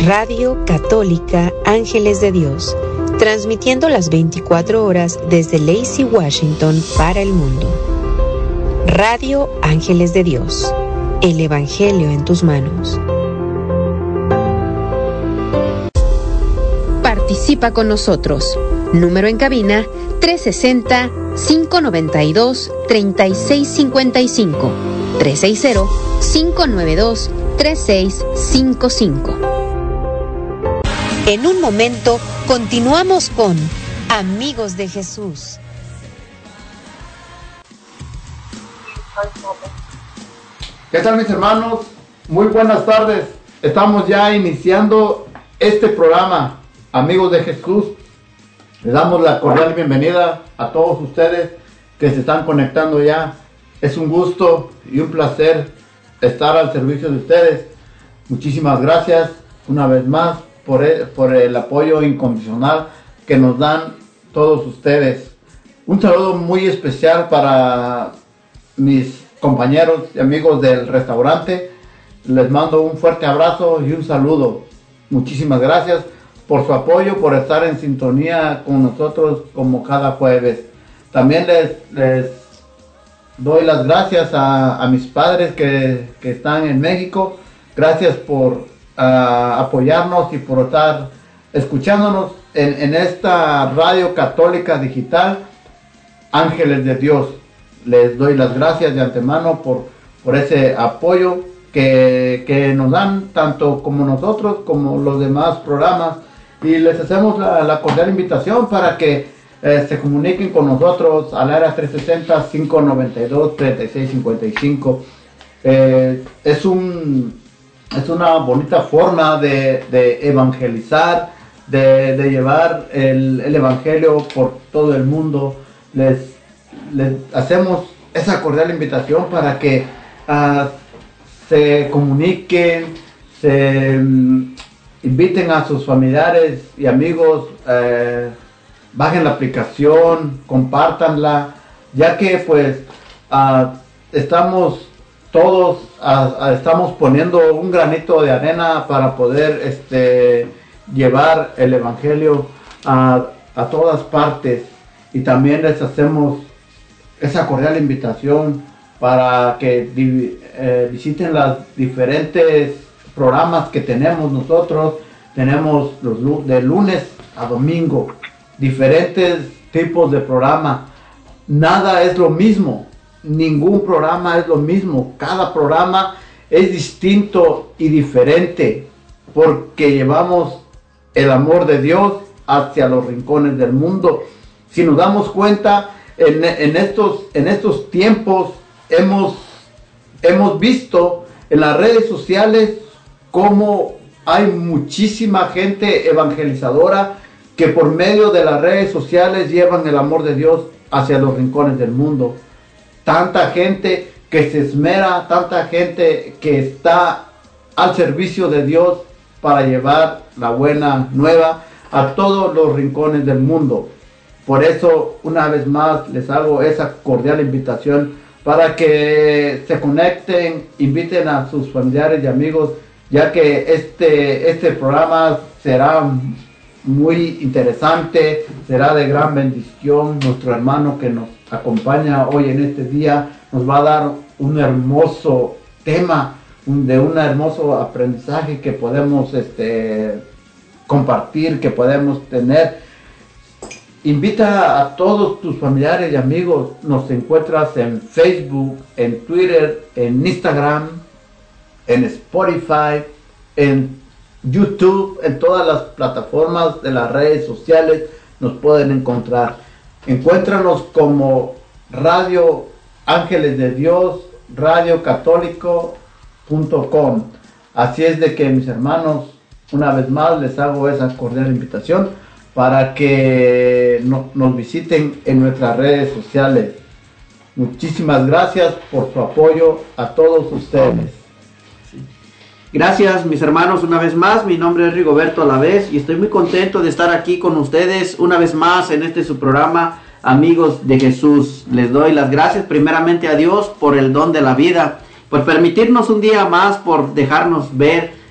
Radio Católica Ángeles de Dios, transmitiendo las 24 horas desde Lacey, Washington, para el mundo. Radio Ángeles de Dios, el Evangelio en tus manos. Participa con nosotros. Número en cabina 360-592-3655. 360-592-3655. En un momento continuamos con Amigos de Jesús. ¿Qué tal, mis hermanos? Muy buenas tardes. Estamos ya iniciando este programa, Amigos de Jesús. Les damos la cordial bienvenida a todos ustedes que se están conectando ya. Es un gusto y un placer estar al servicio de ustedes. Muchísimas gracias una vez más por el apoyo incondicional que nos dan todos ustedes. Un saludo muy especial para mis compañeros y amigos del restaurante. Les mando un fuerte abrazo y un saludo. Muchísimas gracias por su apoyo, por estar en sintonía con nosotros como cada jueves. También les doy las gracias a mis padres que están en México. Gracias por apoyarnos y por estar escuchándonos en esta radio católica digital Ángeles de Dios. Les doy las gracias de antemano por ese apoyo que nos dan tanto como nosotros como los demás programas, y les hacemos la cordial invitación para que se comuniquen con nosotros al área 360-592-3655. Es una bonita forma de evangelizar, de llevar el evangelio por todo el mundo. Les hacemos esa cordial invitación para que se comuniquen, se inviten a sus familiares y amigos, bajen la aplicación, compártanla, ya que pues estamos todos estamos poniendo un granito de arena para poder llevar el evangelio a todas partes. Y también les hacemos esa cordial invitación para que visiten los diferentes programas que tenemos nosotros. Tenemos de lunes a domingo diferentes tipos de programas. Nada es lo mismo, ningún programa es lo mismo. Cada programa es distinto y diferente, porque llevamos el amor de Dios hacia los rincones del mundo. Si nos damos cuenta, en estos tiempos hemos visto en las redes sociales cómo hay muchísima gente evangelizadora que por medio de las redes sociales llevan el amor de Dios hacia los rincones del mundo. Tanta gente que se esmera, tanta gente que está al servicio de Dios para llevar la buena nueva a todos los rincones del mundo. Por eso, una vez más, les hago esa cordial invitación para que se conecten, inviten a sus familiares y amigos, ya que este programa será muy interesante, será de gran bendición. Nuestro hermano que nos acompaña hoy en este día nos va a dar un hermoso tema, un hermoso aprendizaje que podemos compartir, que podemos tener. Invita a todos tus familiares y amigos. Nos encuentras en Facebook, en Twitter, en Instagram, en Spotify, en YouTube, en todas las plataformas de las redes sociales nos pueden encontrar. Encuéntranos como Radio Ángeles de Dios, radiocatólico.com. Así es de que, mis hermanos, una vez más les hago esa cordial invitación para que nos visiten en nuestras redes sociales. Muchísimas gracias por su apoyo a todos ustedes. Gracias, mis hermanos, una vez más. Mi nombre es Rigoberto Alavés y estoy muy contento de estar aquí con ustedes una vez más en su programa Amigos de Jesús. Les doy las gracias primeramente a Dios por el don de la vida, por permitirnos un día más, por dejarnos ver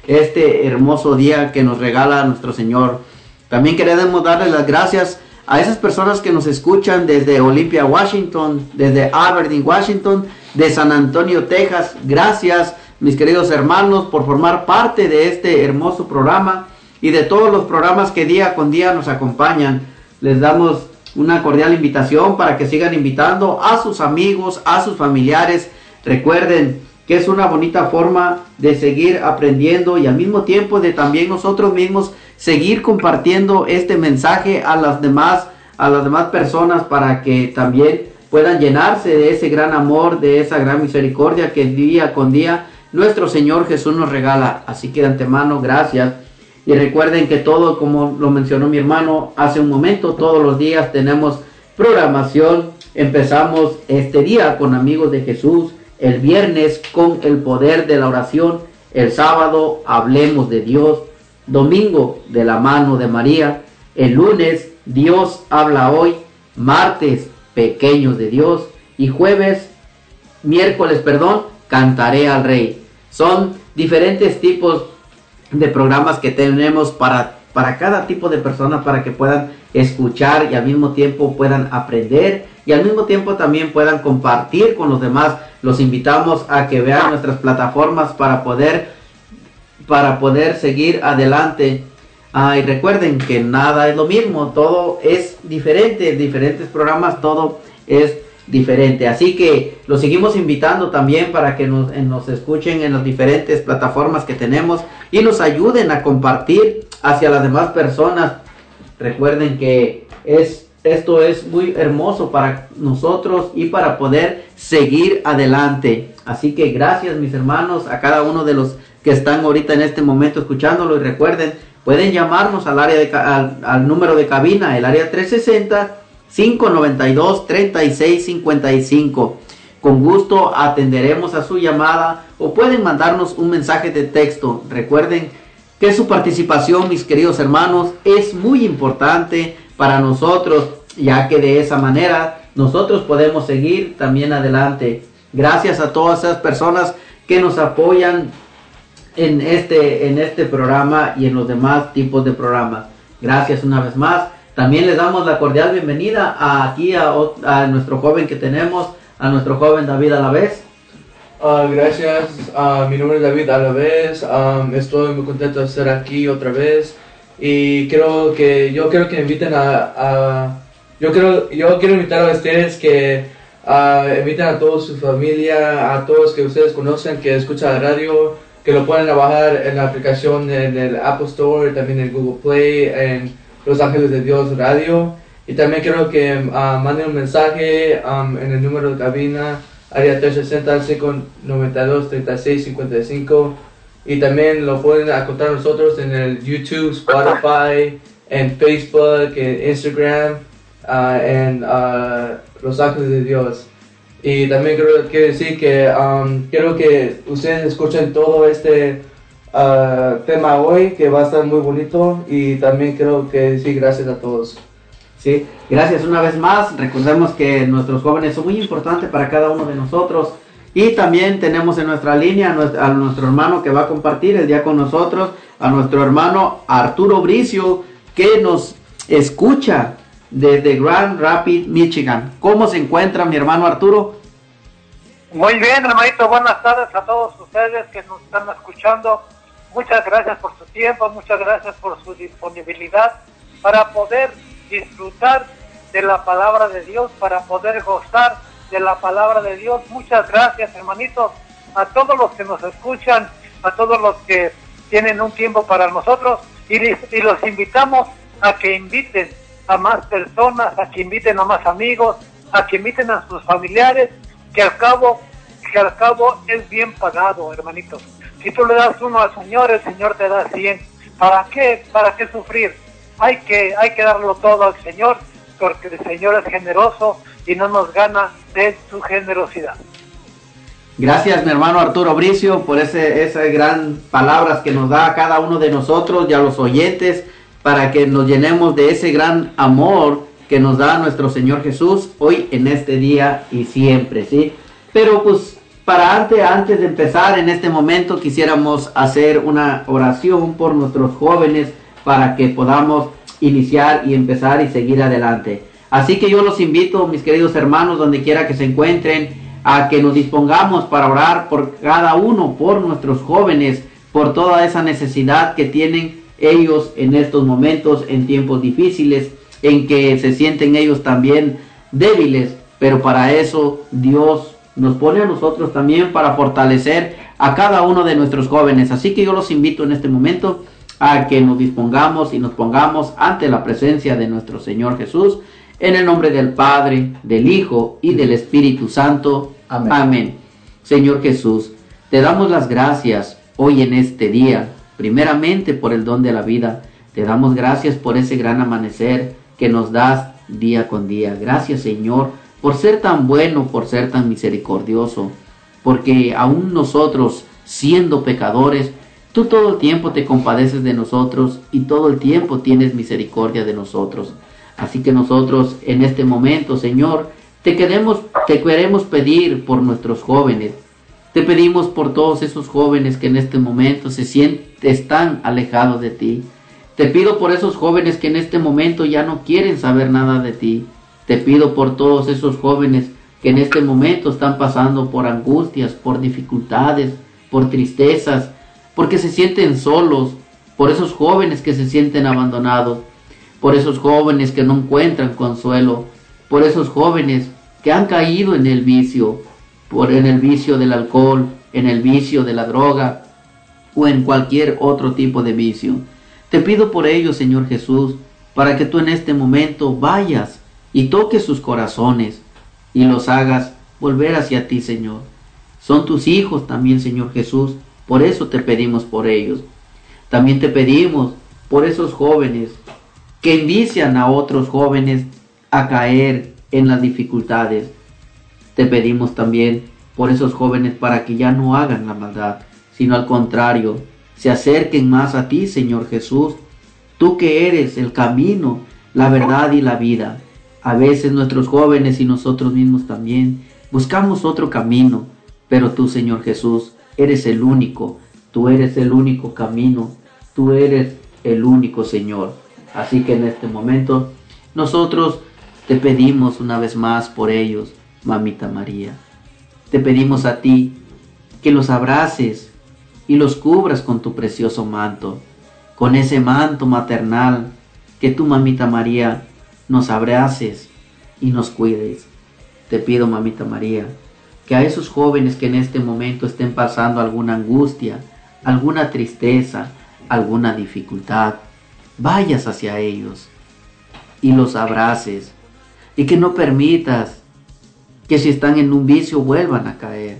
este hermoso día que nos regala nuestro Señor. También queremos darle las gracias a esas personas que nos escuchan desde Olympia, Washington, desde Aberdeen, Washington, de San Antonio, Texas. Gracias, mis queridos hermanos, por formar parte de este hermoso programa y de todos los programas que día con día nos acompañan. Les damos una cordial invitación para que sigan invitando a sus amigos, a sus familiares. Recuerden que es una bonita forma de seguir aprendiendo y al mismo tiempo de también nosotros mismos seguir compartiendo este mensaje a las demás personas, para que también puedan llenarse de ese gran amor, de esa gran misericordia que día con día nuestro Señor Jesús nos regala. Así que de antemano, gracias. Y recuerden que todo, como lo mencionó mi hermano hace un momento, todos los días tenemos programación. Empezamos este día con Amigos de Jesús, el viernes con el poder de la oración, el sábado Hablemos de Dios, domingo de la mano de María, el lunes Dios habla hoy, martes Pequeños de Dios y miércoles, Cantaré al Rey. Son diferentes tipos de programas que tenemos para cada tipo de personas, para que puedan escuchar y al mismo tiempo puedan aprender y al mismo tiempo también puedan compartir con los demás. Los invitamos a que vean nuestras plataformas para poder seguir adelante. Y recuerden que nada es lo mismo, todo es diferente, diferentes programas, todo es diferente. Así que los seguimos invitando también para que nos escuchen en las diferentes plataformas que tenemos y nos ayuden a compartir hacia las demás personas. Recuerden que esto es muy hermoso para nosotros y para poder seguir adelante. Así que gracias, mis hermanos, a cada uno de los que están ahorita en este momento escuchándolo. Y recuerden, pueden llamarnos al número de cabina, el área 360-592-3655. Con gusto atenderemos a su llamada o pueden mandarnos un mensaje de texto. Recuerden que su participación, mis queridos hermanos, es muy importante para nosotros, ya que de esa manera nosotros podemos seguir también adelante. Gracias a todas esas personas que nos apoyan en este programa y en los demás tipos de programas. Gracias una vez más. También les damos la cordial bienvenida a nuestro joven que tenemos, a nuestro joven David Alavés. Gracias, mi nombre es David Alavés. Estoy muy contento de estar aquí otra vez y yo quiero que inviten yo quiero invitar a ustedes que inviten a toda su familia, a todos que ustedes conocen, que escuchan la radio, que lo pueden bajar en la aplicación en el Apple Store, también en Google Play, en Los Ángeles de Dios Radio. Y también quiero que manden un mensaje en el número de cabina, área 360-592-3655. Y también lo pueden encontrar nosotros en el YouTube, Spotify, en Facebook, en Instagram, en Los Ángeles de Dios. Y también quiero decir que quiero que ustedes escuchen todo este tema hoy, que va a estar muy bonito. Y también quiero que decir gracias a todos. Sí, gracias una vez más. Recordemos que nuestros jóvenes son muy importantes para cada uno de nosotros. Y también tenemos en nuestra línea a nuestro hermano que va a compartir el día con nosotros, a nuestro hermano Arturo Bricio, que nos escucha desde Grand Rapids, Michigan. ¿Cómo se encuentra mi hermano Arturo? Muy bien, hermanito. Buenas tardes a todos ustedes que nos están escuchando. Muchas gracias por su tiempo, muchas gracias por su disponibilidad para poder disfrutar de la palabra de Dios, para poder gozar de la palabra de Dios. Muchas gracias, hermanitos, a todos los que nos escuchan, a todos los que tienen un tiempo para nosotros, y los invitamos a que inviten a más personas, a que inviten a más amigos, a que inviten a sus familiares, que al cabo es bien pagado, hermanitos. Si tú le das uno al Señor, el Señor te da 100. ¿Para qué sufrir? Hay que darlo todo al Señor, porque el Señor es generoso y no nos gana de su generosidad. Gracias, mi hermano Arturo Bricio, por esas gran palabras que nos da a cada uno de nosotros y a los oyentes, para que nos llenemos de ese gran amor que nos da nuestro Señor Jesús hoy en este día y siempre, ¿sí? Pero pues Antes de empezar en este momento, quisiéramos hacer una oración por nuestros jóvenes para que podamos iniciar y empezar y seguir adelante. Así que yo los invito, mis queridos hermanos, donde quiera que se encuentren, a que nos dispongamos para orar por cada uno, por nuestros jóvenes, por toda esa necesidad que tienen ellos en estos momentos, en tiempos difíciles, en que se sienten ellos también débiles, pero para eso Dios nos pone a nosotros también para fortalecer a cada uno de nuestros jóvenes. Así que yo los invito en este momento a que nos dispongamos y nos pongamos ante la presencia de nuestro Señor Jesús, en el nombre del Padre, del Hijo y del Espíritu Santo. Amén. Amén. Señor Jesús, te damos las gracias hoy en este día, primeramente por el don de la vida. Te damos gracias por ese gran amanecer que nos das día con día. Gracias, Señor, por ser tan bueno, por ser tan misericordioso, porque aún nosotros, siendo pecadores, tú todo el tiempo te compadeces de nosotros y todo el tiempo tienes misericordia de nosotros. Así que nosotros en este momento, Señor, te queremos pedir por nuestros jóvenes. Te pedimos por todos esos jóvenes que en este momento están alejados de ti. Te pido por esos jóvenes que en este momento ya no quieren saber nada de ti. Te pido por todos esos jóvenes que en este momento están pasando por angustias, por dificultades, por tristezas, porque se sienten solos, por esos jóvenes que se sienten abandonados, por esos jóvenes que no encuentran consuelo, por esos jóvenes que han caído en el vicio, en el vicio del alcohol, en el vicio de la droga o en cualquier otro tipo de vicio. Te pido por ellos, Señor Jesús, para que tú en este momento vayas y toques sus corazones y los hagas volver hacia ti, Señor. Son tus hijos también, Señor Jesús, por eso te pedimos por ellos. También te pedimos por esos jóvenes que envician a otros jóvenes a caer en las dificultades. Te pedimos también por esos jóvenes para que ya no hagan la maldad, sino al contrario, se acerquen más a ti, Señor Jesús, tú que eres el camino, la verdad y la vida. A veces nuestros jóvenes y nosotros mismos también buscamos otro camino, pero tú, Señor Jesús, eres el único, tú eres el único camino, tú eres el único Señor. Así que en este momento nosotros te pedimos una vez más por ellos, Mamita María. Te pedimos a ti que los abraces y los cubras con tu precioso manto, con ese manto maternal, que tú, Mamita María, nos abraces y nos cuides. Te pido, Mamita María, que a esos jóvenes que en este momento estén pasando alguna angustia, alguna tristeza, alguna dificultad, vayas hacia ellos y los abraces, y que no permitas que si están en un vicio vuelvan a caer,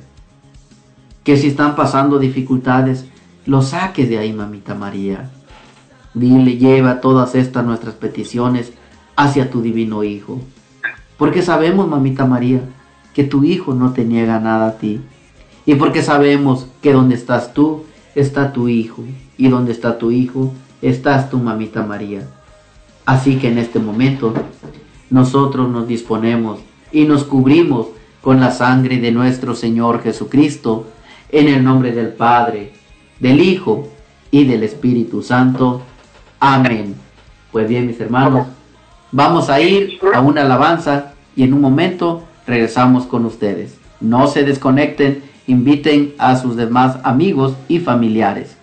que si están pasando dificultades los saques de ahí, Mamita María. Dile, lleva todas estas nuestras peticiones hacia tu divino Hijo, porque sabemos, Mamita María, que tu Hijo no te niega nada a ti, y porque sabemos que donde estás tú está tu Hijo, y donde está tu Hijo estás tú, Mamita María. Así que en este momento nosotros nos disponemos y nos cubrimos con la sangre de nuestro Señor Jesucristo, en el nombre del Padre, del Hijo y del Espíritu Santo. Amén. Pues bien, mis hermanos, vamos a ir a una alabanza y en un momento regresamos con ustedes. No se desconecten, inviten a sus demás amigos y familiares.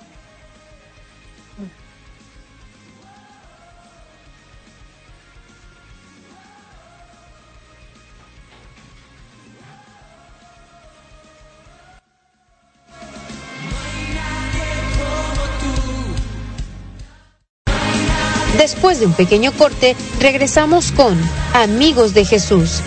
Después de un pequeño corte, regresamos con Amigos de Jesús.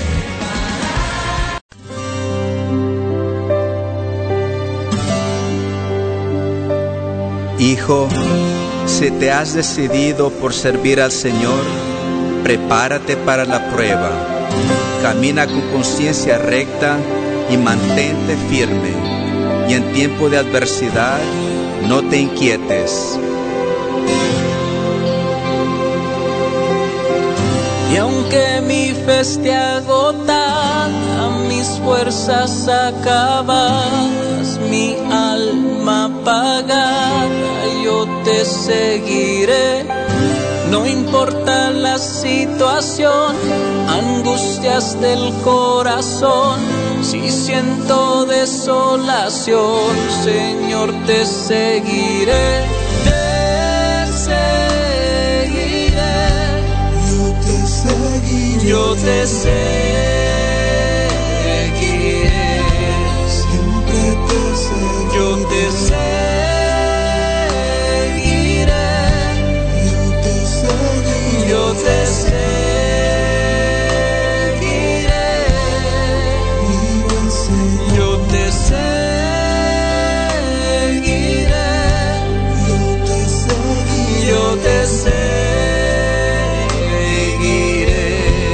Hijo, si te has decidido por servir al Señor, prepárate para la prueba. Camina con conciencia recta y mantente firme. Y en tiempo de adversidad, no te inquietes. Y aunque mi fe esté agotada, mis fuerzas acabadas, mi alma apagada, yo te seguiré. No importa la situación, angustias del corazón, si siento desolación, Señor, te seguiré. Te seguiré. Yo te seguiré. Siempre te seguiré. Yo te seguiré. Yo te seguiré. Yo te seguiré. Yo te seguiré.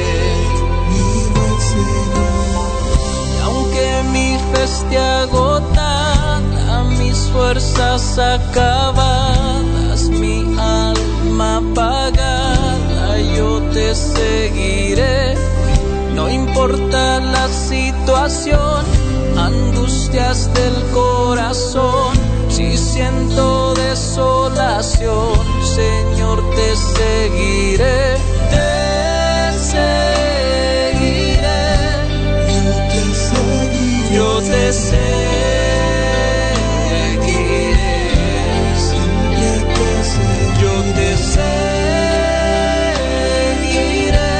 Aunque mi fe esté agotada, mis fuerzas acabadas, mi alma apagada, yo te seguiré. No importa la situación, angustias del corazón, si siento desolación, Señor, te seguiré. Te seguiré. Yo te seguiré. Yo te seguiré.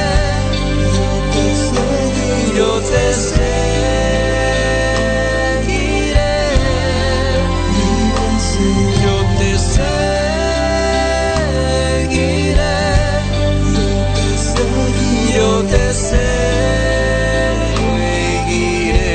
Yo te seguiré. Yo te seguiré. Yo te seguiré.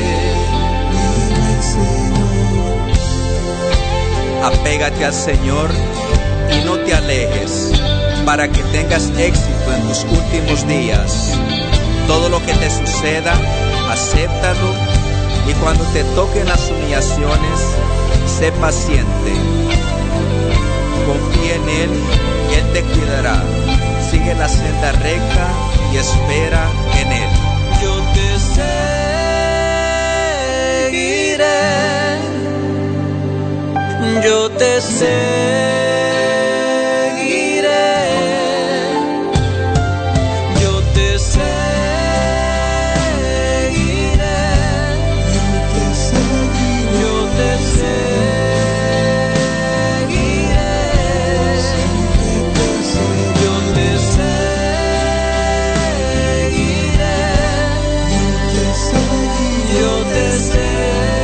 Apégate al Señor y no te alejes, para que tengas éxito en tus últimos días. Todo lo que te suceda, acéptalo, y cuando te toquen las humillaciones, sé paciente. Confía en Él y Él te cuidará. Sigue la senda recta y espera en Él. Yo te seguiré. Yo te seguiré. Yo te seguiré. Yo te seguiré. Yo te seguiré. Yo te seguiré.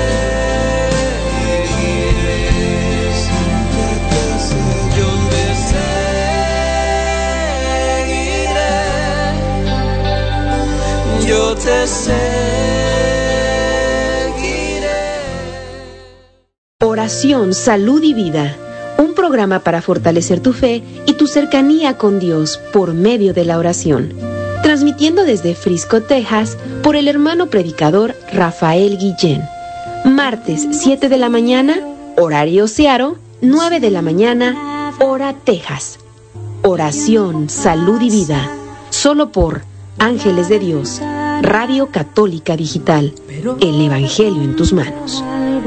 Yo te seguiré. Oración, salud y vida. Un programa para fortalecer tu fe y tu cercanía con Dios por medio de la oración. Transmitiendo desde Frisco, Texas, por el hermano predicador Rafael Guillén. Martes, 7 de la mañana, horario Seattle, 9 de la mañana, hora Texas. Oración, salud y vida. Solo por Ángeles de Dios, Radio Católica Digital, el Evangelio en tus manos. ¡Hey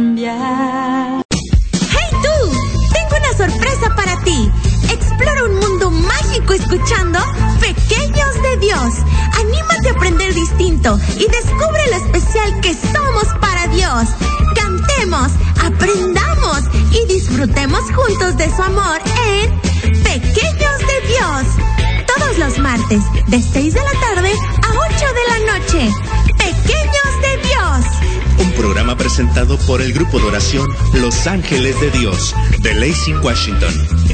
tú! Tengo una sorpresa para ti. Explora un mundo mágico escuchando Pequeños de Dios. Anímate a aprender distinto y descubre lo especial que somos para Dios. Cantemos, aprendamos y disfrutemos juntos de su amor en Pequeños de Dios. Todos los martes, de 6 de la tarde a 8 de la noche. Pequeños de Dios. Un programa presentado por el grupo de oración Los Ángeles de Dios, de Lansing, Washington.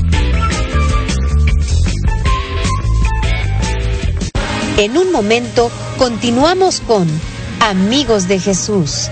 En un momento, continuamos con Amigos de Jesús.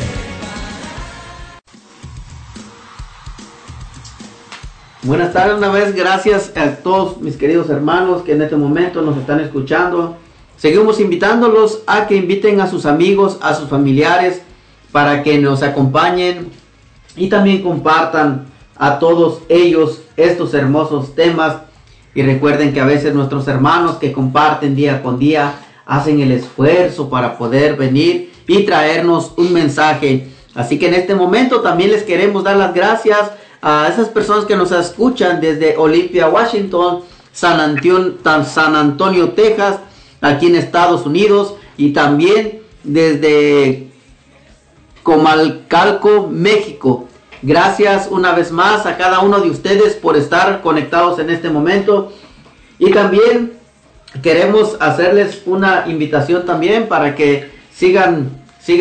Buenas tardes una vez, gracias a todos mis queridos hermanos que en este momento nos están escuchando. Seguimos invitándolos a que inviten a sus amigos, a sus familiares, para que nos acompañen y también compartan a todos ellos estos hermosos temas. Y recuerden que a veces nuestros hermanos que comparten día con día, hacen el esfuerzo para poder venir y traernos un mensaje. Así que en este momento también les queremos dar las gracias a esas personas que nos escuchan desde Olympia, Washington, San Antonio, Texas, aquí en Estados Unidos, y también desde Comalcalco, México. Gracias una vez más a cada uno de ustedes por estar conectados en este momento. Y también queremos hacerles una invitación también para que sigan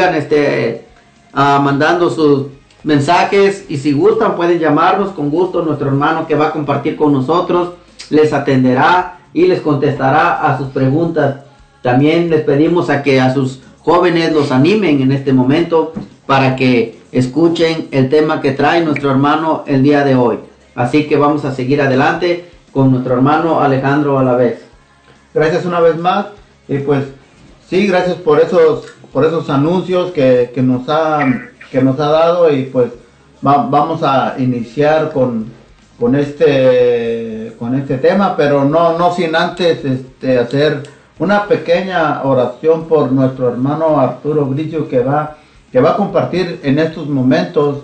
mandando sus mensajes, y si gustan pueden llamarnos con gusto. Nuestro hermano que va a compartir con nosotros les atenderá y les contestará a sus preguntas. También les pedimos a que a sus jóvenes los animen en este momento para que escuchen el tema que trae nuestro hermano el día de hoy. Así que vamos a seguir adelante con nuestro hermano Alejandro Alavés. Gracias una vez más, y pues sí, gracias por esos anuncios que nos ha dado, y pues vamos a iniciar con este tema, pero no sin antes hacer una pequeña oración por nuestro hermano Arturo Bricio, que va a compartir en estos momentos.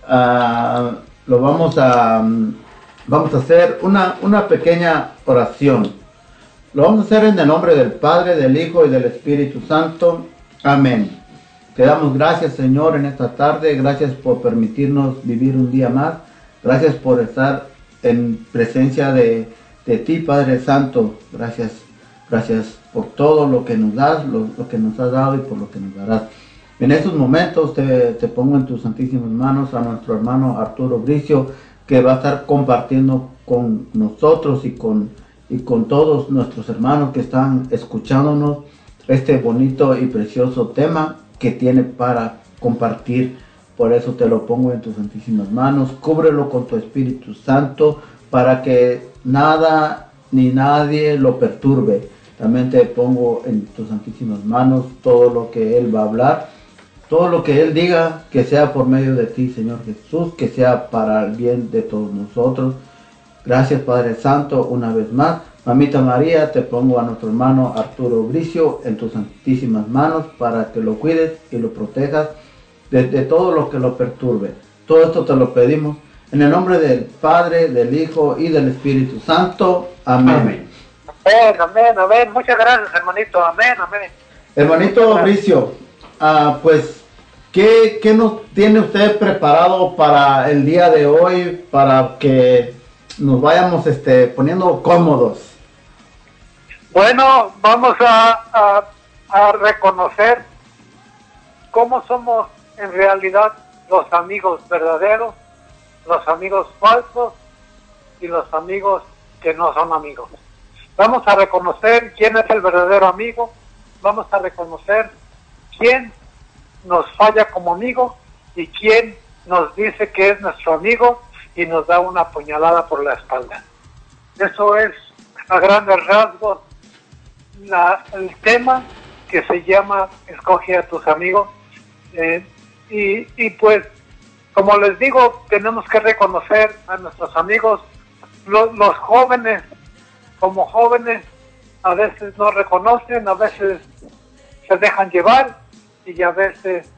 Vamos a hacer una pequeña oración. Lo vamos a hacer en el nombre del Padre, del Hijo y del Espíritu Santo. Amén. Te damos gracias, Señor, en esta tarde. Gracias por permitirnos vivir un día más. Gracias por estar en presencia de ti, Padre Santo. Gracias por todo lo que nos das, lo que nos has dado y por lo que nos darás. En estos momentos te pongo en tus santísimas manos a nuestro hermano Arturo Bricio, que va a estar compartiendo con nosotros y con todos nuestros hermanos que están escuchándonos este bonito y precioso tema que tiene para compartir. Por eso te lo pongo en tus santísimas manos. Cúbrelo con tu Espíritu Santo para que nada ni nadie lo perturbe. También te pongo en tus santísimas manos todo lo que Él va a hablar, todo lo que Él diga, que sea por medio de ti, Señor Jesús, que sea para el bien de todos nosotros. Gracias, Padre Santo, una vez más. Mamita María, te pongo a nuestro hermano Arturo Bricio en tus santísimas manos para que lo cuides y lo protejas de todo lo que lo perturbe. Todo esto te lo pedimos en el nombre del Padre, del Hijo y del Espíritu Santo. Amén. Amén. Muchas gracias, hermanito. Amén. Hermanito Bricio, pues, ¿qué nos tiene usted preparado para el día de hoy, para que nos vayamos poniendo cómodos? Bueno, vamos a reconocer cómo somos en realidad los amigos verdaderos, los amigos falsos y los amigos que no son amigos. Vamos a reconocer quién es el verdadero amigo, vamos a reconocer quién nos falla como amigo y quién nos dice que es nuestro amigo y nos da una puñalada por la espalda. Eso es, a grandes rasgos, el tema que se llama Escoge a tus amigos. Y pues, como les digo, tenemos que reconocer a nuestros amigos. Los jóvenes, como jóvenes, a veces no reconocen, a veces se dejan llevar y a veces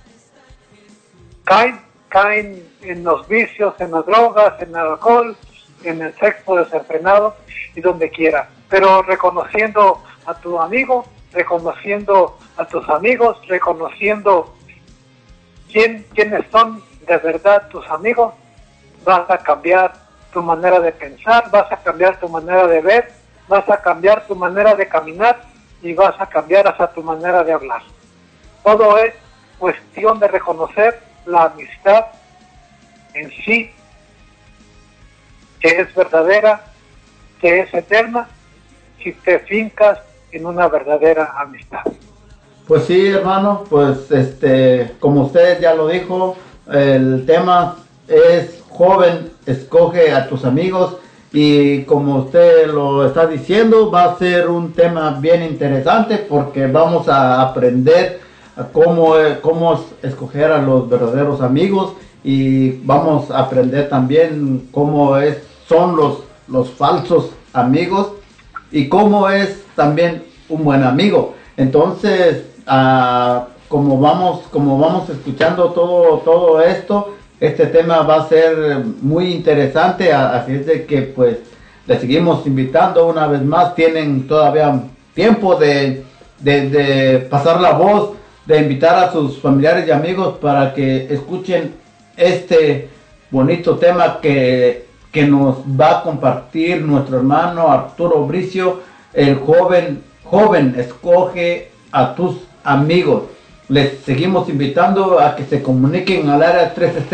caen en los vicios, en las drogas, en el alcohol, en el sexo desenfrenado y donde quiera. Pero reconociendo a tu amigo, reconociendo a tus amigos, reconociendo quiénes son de verdad tus amigos, vas a cambiar tu manera de pensar, vas a cambiar tu manera de ver, vas a cambiar tu manera de caminar y vas a cambiar hasta tu manera de hablar. Todo es cuestión de reconocer la amistad en sí, que es verdadera, que es eterna, si te fincas en una verdadera amistad. Pues sí, hermano, pues como usted ya lo dijo, el tema es joven, escoge a tus amigos, y como usted lo está diciendo, va a ser un tema bien interesante porque vamos a aprender a cómo escoger a los verdaderos amigos, y vamos a aprender también cómo son los falsos amigos y cómo es también un buen amigo. Entonces, como vamos escuchando todo esto, este tema va a ser muy interesante, así es de que pues le seguimos invitando una vez más. Tienen todavía tiempo de pasar la voz, de invitar a sus familiares y amigos para que escuchen este bonito tema que nos va a compartir nuestro hermano Arturo Bricio, el joven, escoge a tus amigos. Les seguimos invitando a que se comuniquen al área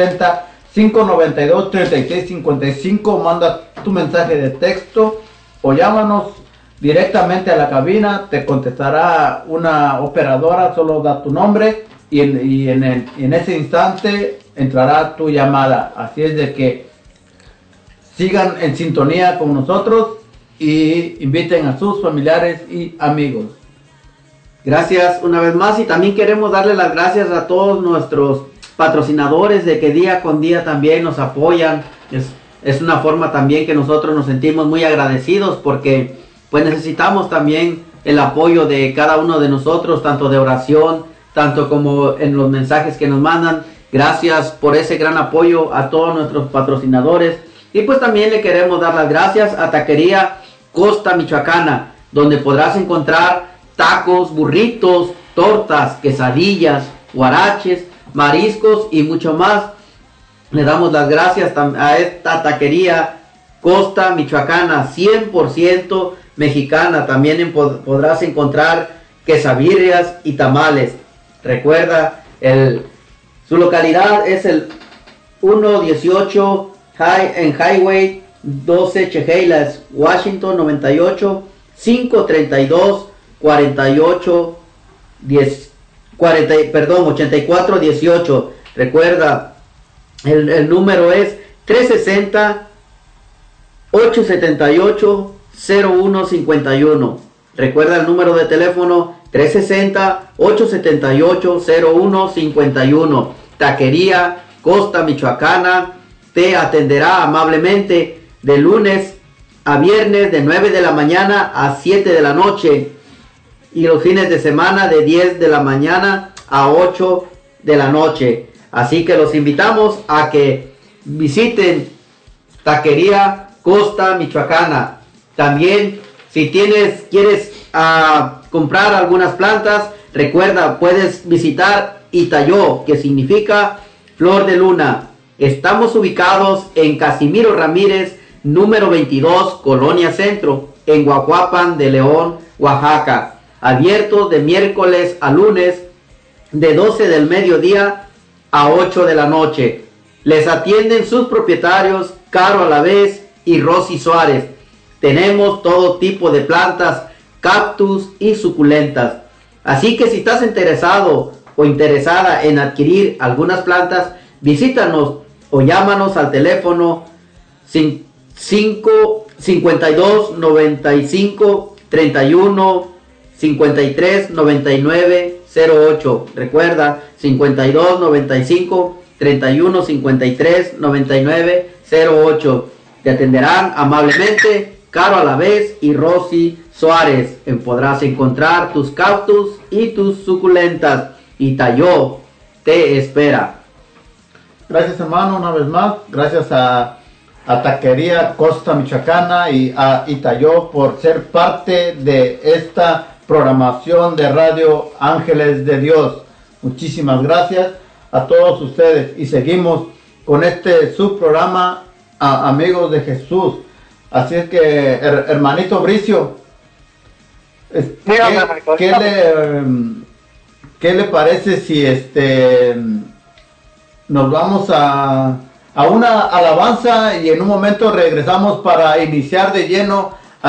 360-592-3655, manda tu mensaje de texto o llámanos directamente a la cabina, te contestará una operadora, solo da tu nombre y en ese instante entrará tu llamada. Así es de que sigan en sintonía con nosotros y inviten a sus familiares y amigos. Gracias una vez más, y también queremos darle las gracias a todos nuestros patrocinadores de que día con día también nos apoyan. Es una forma también que nosotros nos sentimos muy agradecidos, porque pues necesitamos también el apoyo de cada uno de nosotros, tanto de oración, tanto como en los mensajes que nos mandan. Gracias por ese gran apoyo a todos nuestros patrocinadores. Y pues también le queremos dar las gracias a Taquería Costa Michoacana, donde podrás encontrar tacos, burritos, tortas, quesadillas, huaraches, mariscos y mucho más. Le damos las gracias a esta Taquería Costa Michoacana, 100% mexicana. También podrás encontrar quesabirrias y tamales. Recuerda, su localidad es el 118 en Highway 12 Chehalis, Washington 98 532 8418. Recuerda, el número es 360-878-0151. Recuerda el número de teléfono 360-878-0151. Taquería Costa Michoacana te atenderá amablemente de lunes a viernes de 9 de la mañana a 7 de la noche, y los fines de semana de 10 de la mañana a 8 de la noche. Así que los invitamos a que visiten Taquería Costa Michoacana. También, si quieres comprar algunas plantas, recuerda, puedes visitar Itayó, que significa flor de luna. Estamos ubicados en Casimiro Ramírez, número 22, Colonia Centro, en Guajuapan de León, Oaxaca. Abierto de miércoles a lunes, de 12 del mediodía a 8 de la noche. Les atienden sus propietarios, Caro Alavés y Rosy Suárez. Tenemos todo tipo de plantas, cactus y suculentas. Así que si estás interesado o interesada en adquirir algunas plantas, visítanos o llámanos al teléfono 52 95 31 53 99 08. Recuerda, 52 95 31 53 99 08. Te atenderán amablemente Caro Alavés y Rosy Suárez. Podrás encontrar tus cactus y tus suculentas. Itayó te espera. Gracias, hermano, una vez más. Gracias a Taquería Costa Michoacana y a Itayó por ser parte de esta programación de Radio Ángeles de Dios. Muchísimas gracias a todos ustedes, y seguimos con este subprograma, Amigos de Jesús. Así es que, hermanito Bricio, ¿qué le parece si nos vamos a una alabanza y en un momento regresamos para iniciar de lleno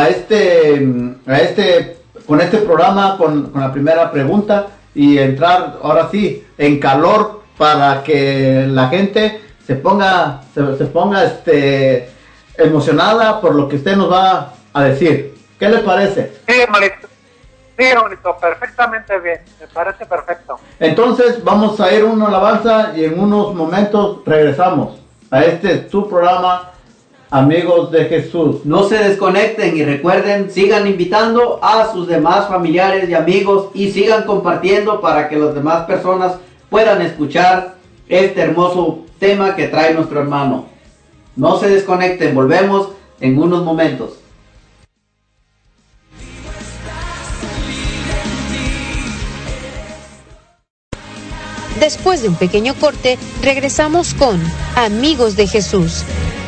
con este programa, con la primera pregunta, y entrar ahora sí en calor para que la gente se ponga emocionada por lo que usted nos va a decir? ¿Qué le parece? Sí, hermanito, perfectamente bien, me parece perfecto. Entonces vamos a ir a una alabanza y en unos momentos regresamos a tu programa, amigos de Jesús. No se desconecten y recuerden, sigan invitando a sus demás familiares y amigos y sigan compartiendo para que las demás personas puedan escuchar este hermoso tema que trae nuestro hermano. No se desconecten, volvemos en unos momentos. Después de un pequeño corte, regresamos con Amigos de Jesús.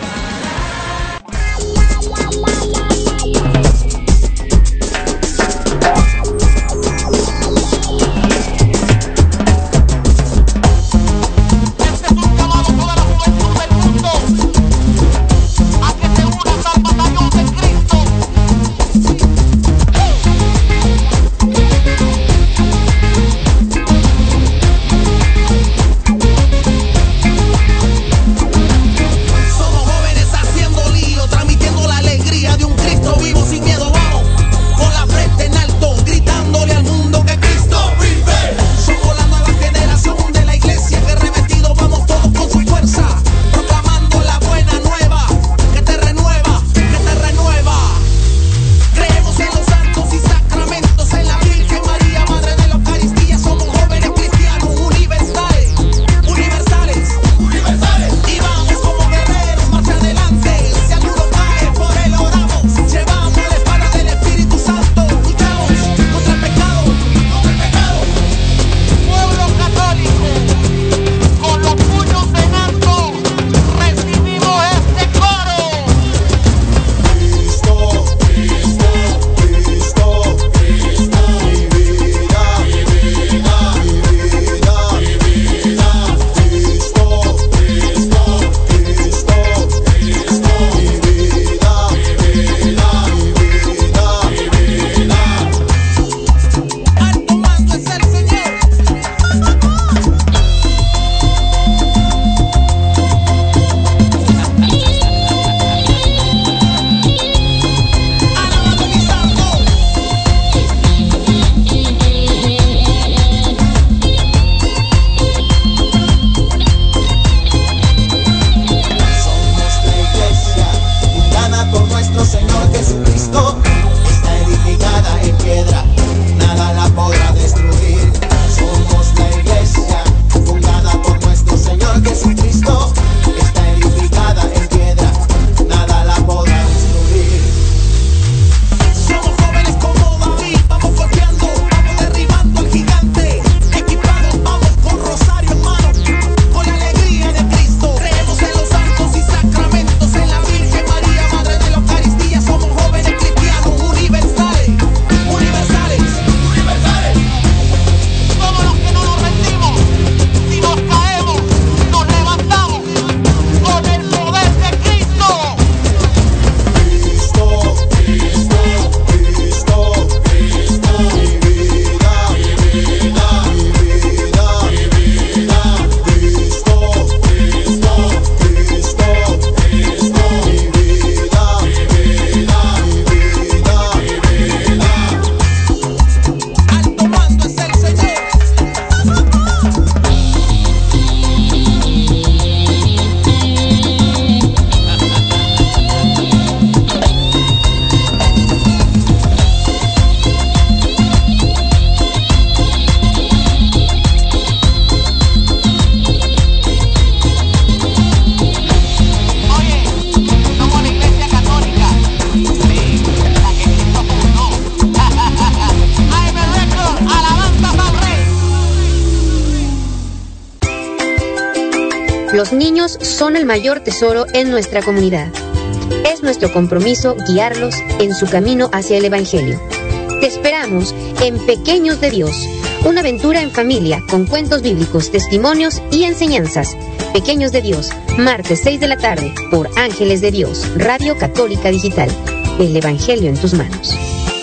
Los niños son el mayor tesoro en nuestra comunidad. Es nuestro compromiso guiarlos en su camino hacia el Evangelio. Te esperamos en Pequeños de Dios, una aventura en familia con cuentos bíblicos, testimonios y enseñanzas. Pequeños de Dios, martes 6 de la tarde, por Ángeles de Dios, Radio Católica Digital. El Evangelio en tus manos.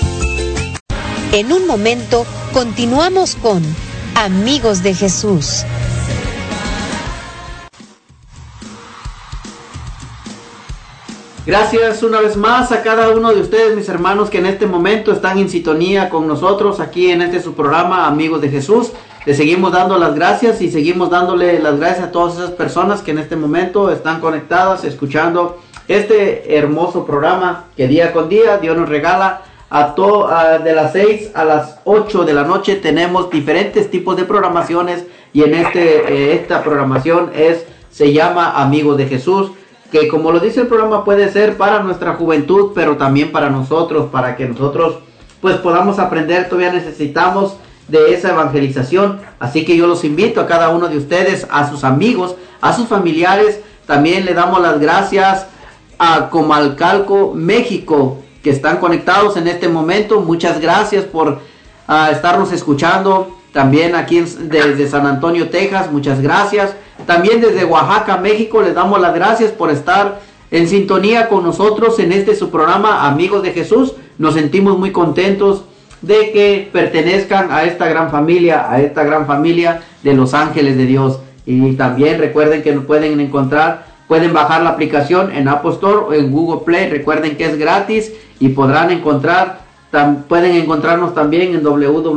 En un momento, continuamos con Amigos de Jesús. Gracias una vez más a cada uno de ustedes, mis hermanos, que en este momento están en sintonía con nosotros aquí en este su programa Amigos de Jesús. Le seguimos dando las gracias y seguimos dándole las gracias a todas esas personas que en este momento están conectadas, escuchando este hermoso programa que día con día Dios nos regala. De las 6 a las 8 de la noche tenemos diferentes tipos de programaciones, y en esta programación se llama Amigos de Jesús, que como lo dice el programa puede ser para nuestra juventud, pero también para nosotros, para que nosotros pues podamos aprender. Todavía necesitamos de esa evangelización, así que yo los invito a cada uno de ustedes, a sus amigos, a sus familiares. También le damos las gracias a Comalcalco, México, que están conectados en este momento. Muchas gracias por estarnos escuchando. También aquí desde San Antonio, Texas, muchas gracias. También desde Oaxaca, México, les damos las gracias por estar en sintonía con nosotros en su programa Amigos de Jesús. Nos sentimos muy contentos de que pertenezcan a esta gran familia de los ángeles de Dios. Y también recuerden que nos pueden bajar la aplicación en Apple Store o en Google Play. Recuerden que es gratis y pueden encontrarnos también en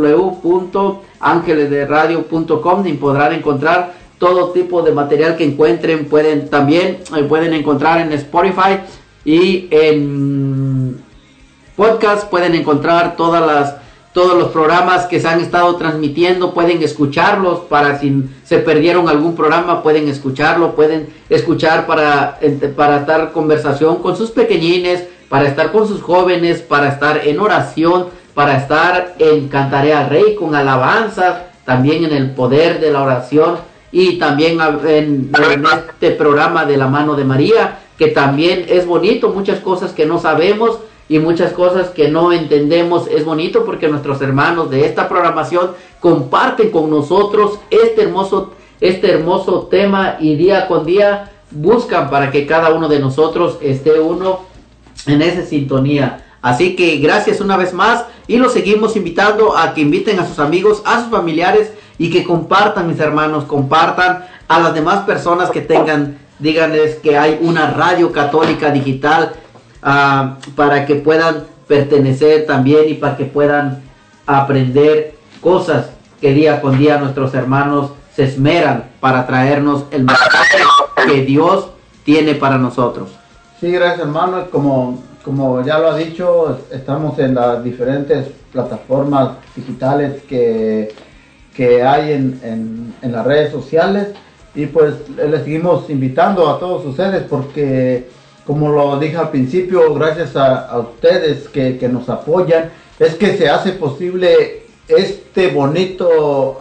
www.angelesderadio.com, y podrán encontrar todo tipo de material que encuentren. Pueden encontrar en Spotify y en podcast. Pueden encontrar todos los programas que se han estado transmitiendo. Pueden escucharlos para si se perdieron algún programa, pueden escucharlo. Pueden escuchar para estar conversación con sus pequeñines, para estar con sus jóvenes, para estar en oración, para estar en Cantaré al Rey con alabanzas, también en el poder de la oración, y también en este programa de la mano de María, que también es bonito. Muchas cosas que no sabemos y muchas cosas que no entendemos, es bonito porque nuestros hermanos de esta programación comparten con nosotros este hermoso tema, y día con día buscan para que cada uno de nosotros esté en esa sintonía. Así que gracias una vez más, y los seguimos invitando a que inviten a sus amigos, a sus familiares, y que compartan, mis hermanos, compartan a las demás personas que díganles que hay una radio católica digital, para que puedan pertenecer también, y para que puedan aprender cosas que día con día nuestros hermanos se esmeran para traernos el mensaje que Dios tiene para nosotros. Sí, gracias, hermano. Como ya lo ha dicho, estamos en las diferentes plataformas digitales que hay en las redes sociales, y pues les seguimos invitando a todos ustedes, porque como lo dije al principio, gracias a ustedes que nos apoyan, es que se hace posible este bonito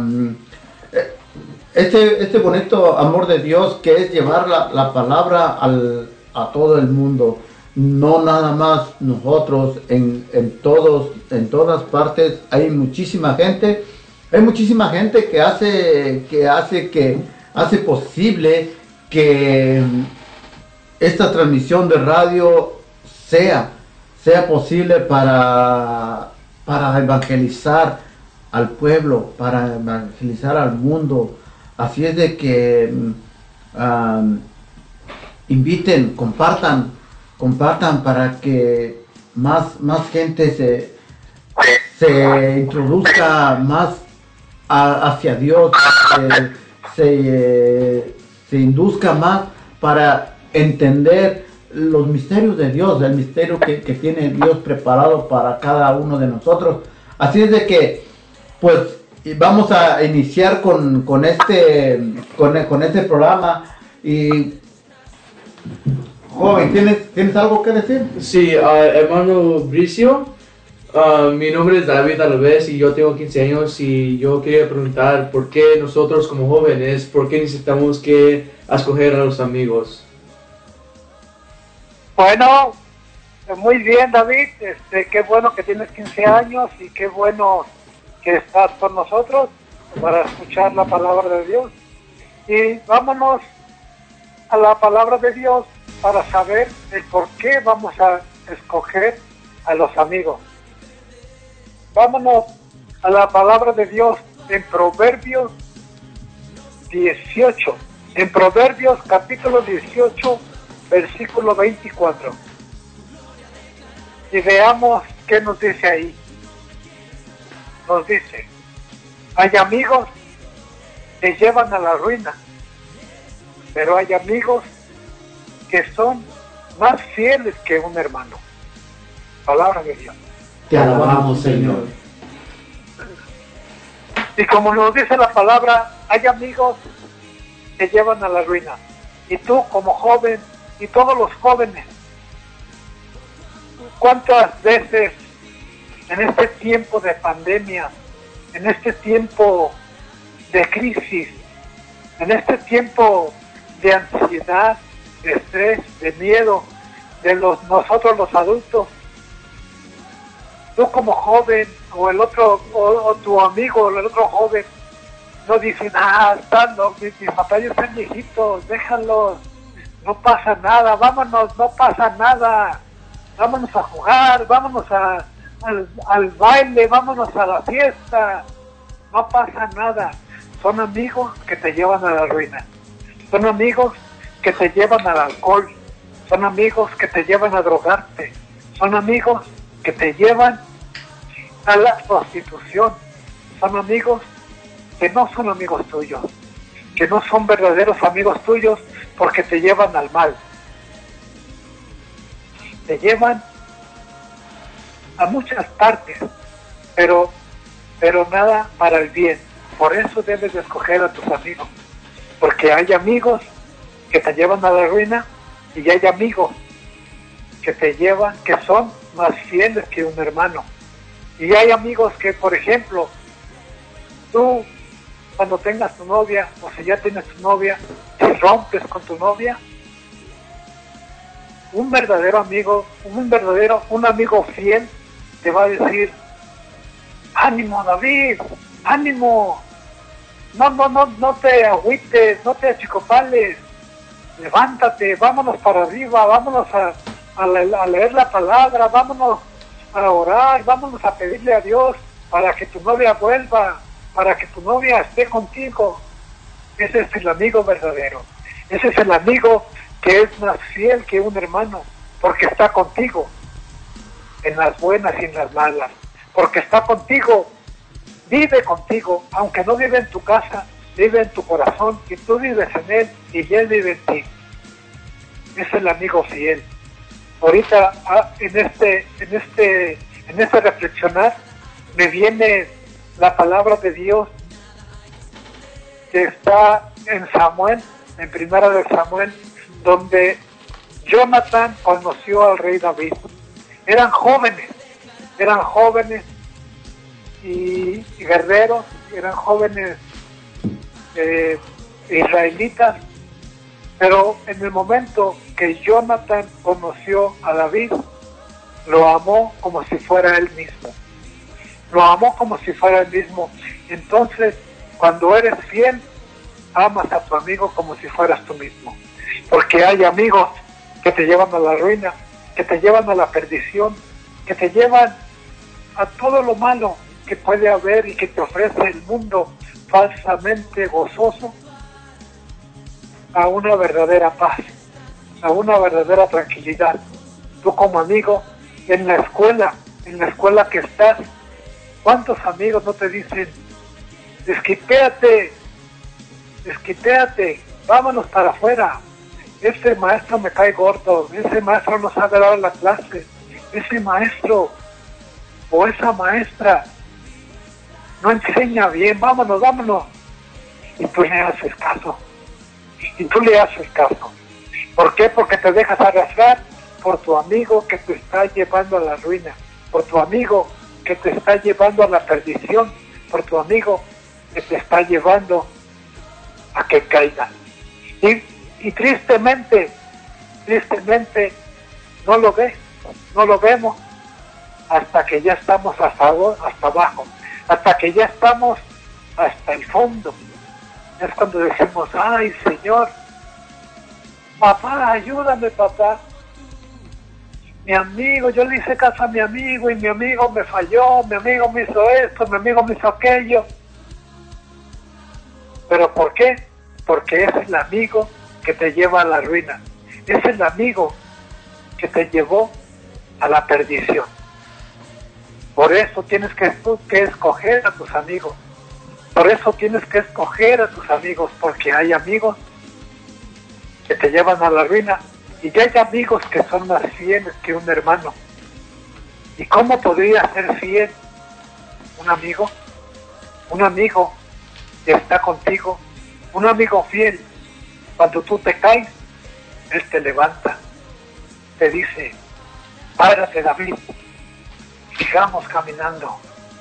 amor de Dios, que es llevar la palabra a todo el mundo. No nada más nosotros, en todas partes hay muchísima gente que hace posible que esta transmisión de radio sea posible para evangelizar al pueblo, para evangelizar al mundo. Así es de que inviten, compartan para que más gente se introduzca más hacia Dios, se induzca más para entender los misterios de Dios, el misterio que tiene Dios preparado para cada uno de nosotros. Así es de que pues vamos a iniciar con este programa. Y joven, ¿tienes algo que decir? Sí, hermano Bricio, mi nombre es David Alves y yo tengo 15 años, y yo quería preguntar por qué nosotros como jóvenes, por qué necesitamos que escoger a los amigos. Bueno, muy bien, David, qué bueno que tienes 15 años y qué bueno que estás con nosotros para escuchar la palabra de Dios. Y vámonos a la palabra de Dios para saber el por qué vamos a escoger a los amigos. Vámonos a la palabra de Dios en Proverbios 18. En Proverbios capítulo 18, versículo 24. Y veamos qué nos dice ahí. Nos dice: hay amigos que llevan a la ruina, pero hay amigos que son más fieles que un hermano. Palabra de Dios. Te alabamos, Señor. Y como nos dice la palabra, hay amigos que llevan a la ruina. Y tú como joven, y todos los jóvenes, ¿cuántas veces en este tiempo de pandemia, en este tiempo de crisis, en este tiempo de ansiedad, de estrés, de miedo, de nosotros los adultos, tú como joven o el otro o tu amigo o el otro joven no dicen, mis papás ya están viejitos, déjalos, no pasa nada, vámonos, no pasa nada, vámonos a jugar, vámonos al baile, vámonos a la fiesta, no pasa nada. Son amigos que te llevan a la ruina, son amigos que te llevan al alcohol, son amigos que te llevan a drogarte, son amigos que te llevan a la prostitución, son amigos que no son amigos tuyos, que no son verdaderos amigos tuyos porque te llevan al mal, te llevan a muchas partes, pero nada para el bien. Por eso debes de escoger a tus amigos, porque hay amigos que te llevan a la ruina y hay amigos que te llevan, que son más fieles que un hermano. Y hay amigos que, por ejemplo, tú cuando tengas tu novia, o si ya tienes tu novia, te rompes con tu novia, un verdadero amigo, un amigo fiel te va a decir, ánimo David, ánimo, no te agüites, no te achicopales, levántate, vámonos para arriba, vámonos a leer la palabra, vámonos a orar, vámonos a pedirle a Dios para que tu novia vuelva, para que tu novia esté contigo. Ese es el amigo verdadero, ese es el amigo que es más fiel que un hermano, porque está contigo en las buenas y en las malas, porque está contigo, vive contigo, aunque no vive en tu casa, vive en tu corazón, y tú vives en él y él vive en ti. Es el amigo fiel. Ahorita en este reflexionar me viene la palabra de Dios que está en Samuel, en Primera de Samuel, donde Jonathan conoció al rey David. Eran jóvenes y guerreros, eran jóvenes israelitas, pero en el momento que Jonathan conoció a David, lo amó como si fuera él mismo. Lo amó como si fuera él mismo. Entonces, cuando eres fiel, amas a tu amigo como si fueras tú mismo. Porque hay amigos que te llevan a la ruina, que te llevan a la perdición, que te llevan a todo lo malo que puede haber y que te ofrece el mundo falsamente gozoso, a una verdadera paz, a una verdadera tranquilidad. Tú como amigo, en la escuela que estás, ¿cuántos amigos no te dicen, desquipéate, vámonos para afuera, ese maestro me cae gordo, ese maestro no sabe dar la clase, ese maestro o esa maestra no enseña bien, vámonos, y tú le haces caso, ¿por qué? Porque te dejas arrastrar por tu amigo que te está llevando a la ruina, por tu amigo que te está llevando a la perdición, por tu amigo que te está llevando a que caigas. Y tristemente no lo vemos hasta que ya estamos hasta abajo, hasta que ya estamos hasta el fondo. Es cuando decimos, ay Señor, papá, ayúdame papá. Mi amigo, yo le hice caso a mi amigo y mi amigo me falló, mi amigo me hizo esto, mi amigo me hizo aquello. ¿Pero por qué? Porque es el amigo que te lleva a la ruina. Es el amigo que te llevó a la perdición. Por eso tienes que escoger a tus amigos. Por eso tienes que escoger a tus amigos, porque hay amigos que te llevan a la ruina Y ya hay amigos que son más fieles que un hermano. ¿Y cómo podría ser fiel un amigo? Un amigo que está contigo, un amigo fiel. Cuando tú te caes, él te levanta, te dice, párate David, sigamos caminando.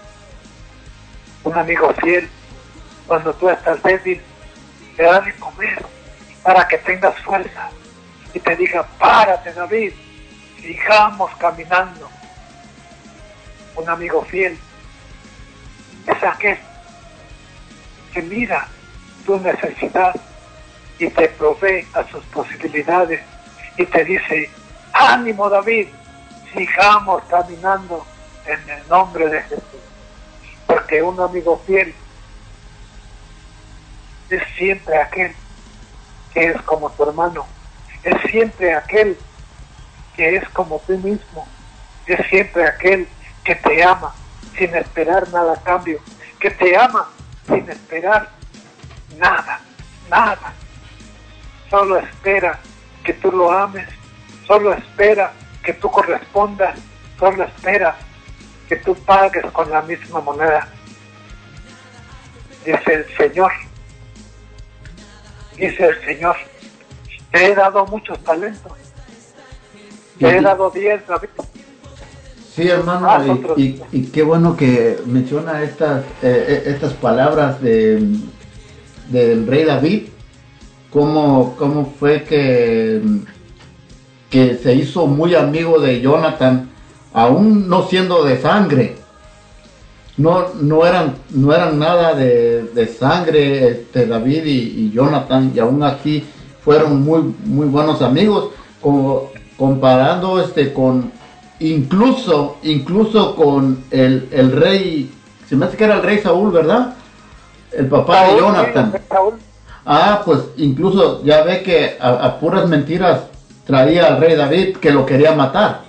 Un amigo fiel, cuando tú estás débil, te da de comer para que tengas fuerza y te diga, párate David, sigamos caminando. Un amigo fiel es aquel que mira tu necesidad y te provee a sus posibilidades y te dice, ánimo David, sigamos caminando en el nombre de Jesús. Porque un amigo fiel es siempre aquel que es como tu hermano, es siempre aquel que es como tú mismo, es siempre aquel que te ama sin esperar nada a cambio, que te ama sin esperar nada, nada. Solo espera que tú lo ames, solo espera que tú correspondas, solo espera que tú pagues con la misma moneda. Dice el Señor, te he dado muchos talentos, te he dado 10, David. Sí, hermano, y qué bueno que menciona estas palabras del rey David, cómo fue que se hizo muy amigo de Jonathan, aún no siendo de sangre. No eran nada de sangre, David y Jonathan, y aún así fueron muy buenos amigos, comparando con incluso con el rey, se me hace que era el rey Saúl, ¿verdad? El papá de Jonathan. Pues incluso ya ve que a puras mentiras traía al rey David, que lo quería matar.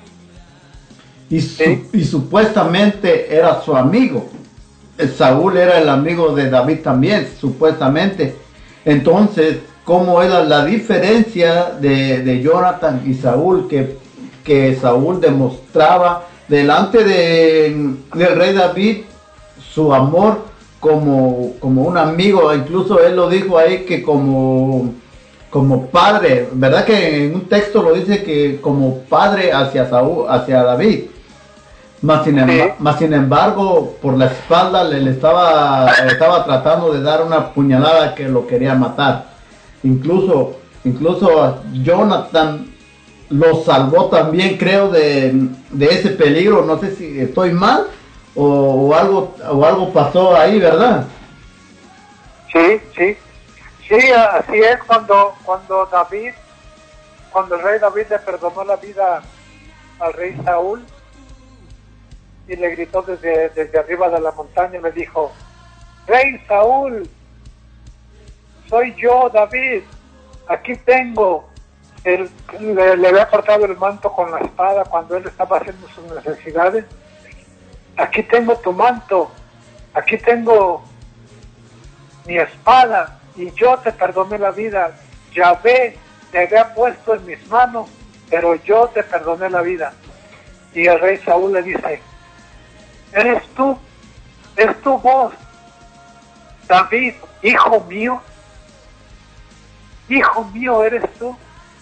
Y supuestamente era su amigo. Saúl era el amigo de David también, supuestamente. Entonces, ¿cómo era la diferencia de Jonathan y Saúl? Que Saúl demostraba delante del rey David su amor como un amigo. Incluso él lo dijo ahí que como padre, ¿verdad? Que en un texto lo dice que como padre hacia David. Mas sin embargo, por la espalda le estaba tratando de dar una puñalada que lo quería matar. Incluso Jonathan lo salvó también, creo, de ese peligro. No sé si estoy mal o algo pasó ahí, ¿verdad? Sí, así es. Cuando el rey David le perdonó la vida al rey Saúl y le gritó desde arriba de la montaña y le dijo, rey Saúl, soy yo, David, aquí tengo. Le había cortado el manto con la espada cuando él estaba haciendo sus necesidades. Aquí tengo tu manto, aquí tengo mi espada, y yo te perdoné la vida. Yahvé te había puesto en mis manos, pero yo te perdoné la vida. Y el rey Saúl le dice, ¿eres tú? ¿Es tu voz, David, hijo mío? Hijo mío, ¿eres tú?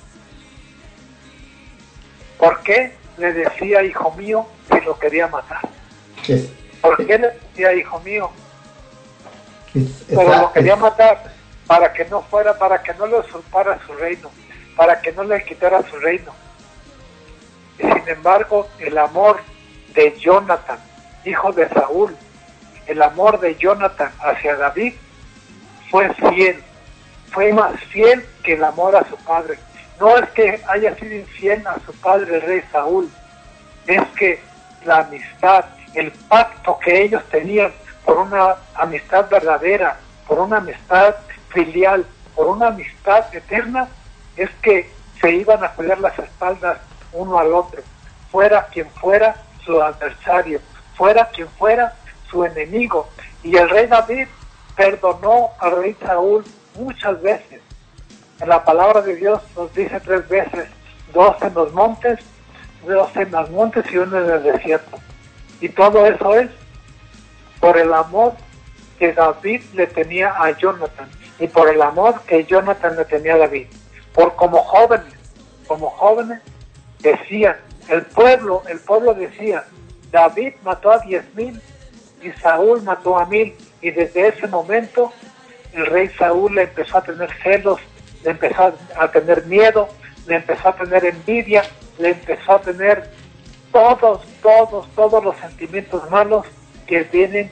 ¿Por qué le decía hijo mío si lo quería matar? ¿Por qué le decía hijo mío? Pero lo quería matar para que no le usurpara su reino, para que no le quitara su reino. Y sin embargo, el amor de Jonathan, hijo de Saúl, el amor de Jonathan hacia David fue fiel, fue más fiel que el amor a su padre. No es que haya sido infiel a su padre el rey Saúl, es que la amistad, el pacto que ellos tenían por una amistad verdadera, por una amistad filial, por una amistad eterna, es que se iban a cuidar las espaldas uno al otro, fuera quien fuera su adversario, fuera quien fuera su enemigo. Y el rey David perdonó al rey Saúl muchas veces. En la palabra de Dios nos dice 3 veces, 2 en los montes, 2 en los montes y 1 en el desierto. Y todo eso es por el amor que David le tenía a Jonathan y por el amor que Jonathan le tenía a David. Por como jóvenes decían, el pueblo decía, David mató a 10,000 y Saúl mató a 1,000, y desde ese momento el rey Saúl le empezó a tener celos, le empezó a tener miedo, le empezó a tener envidia, le empezó a tener todos los sentimientos malos que vienen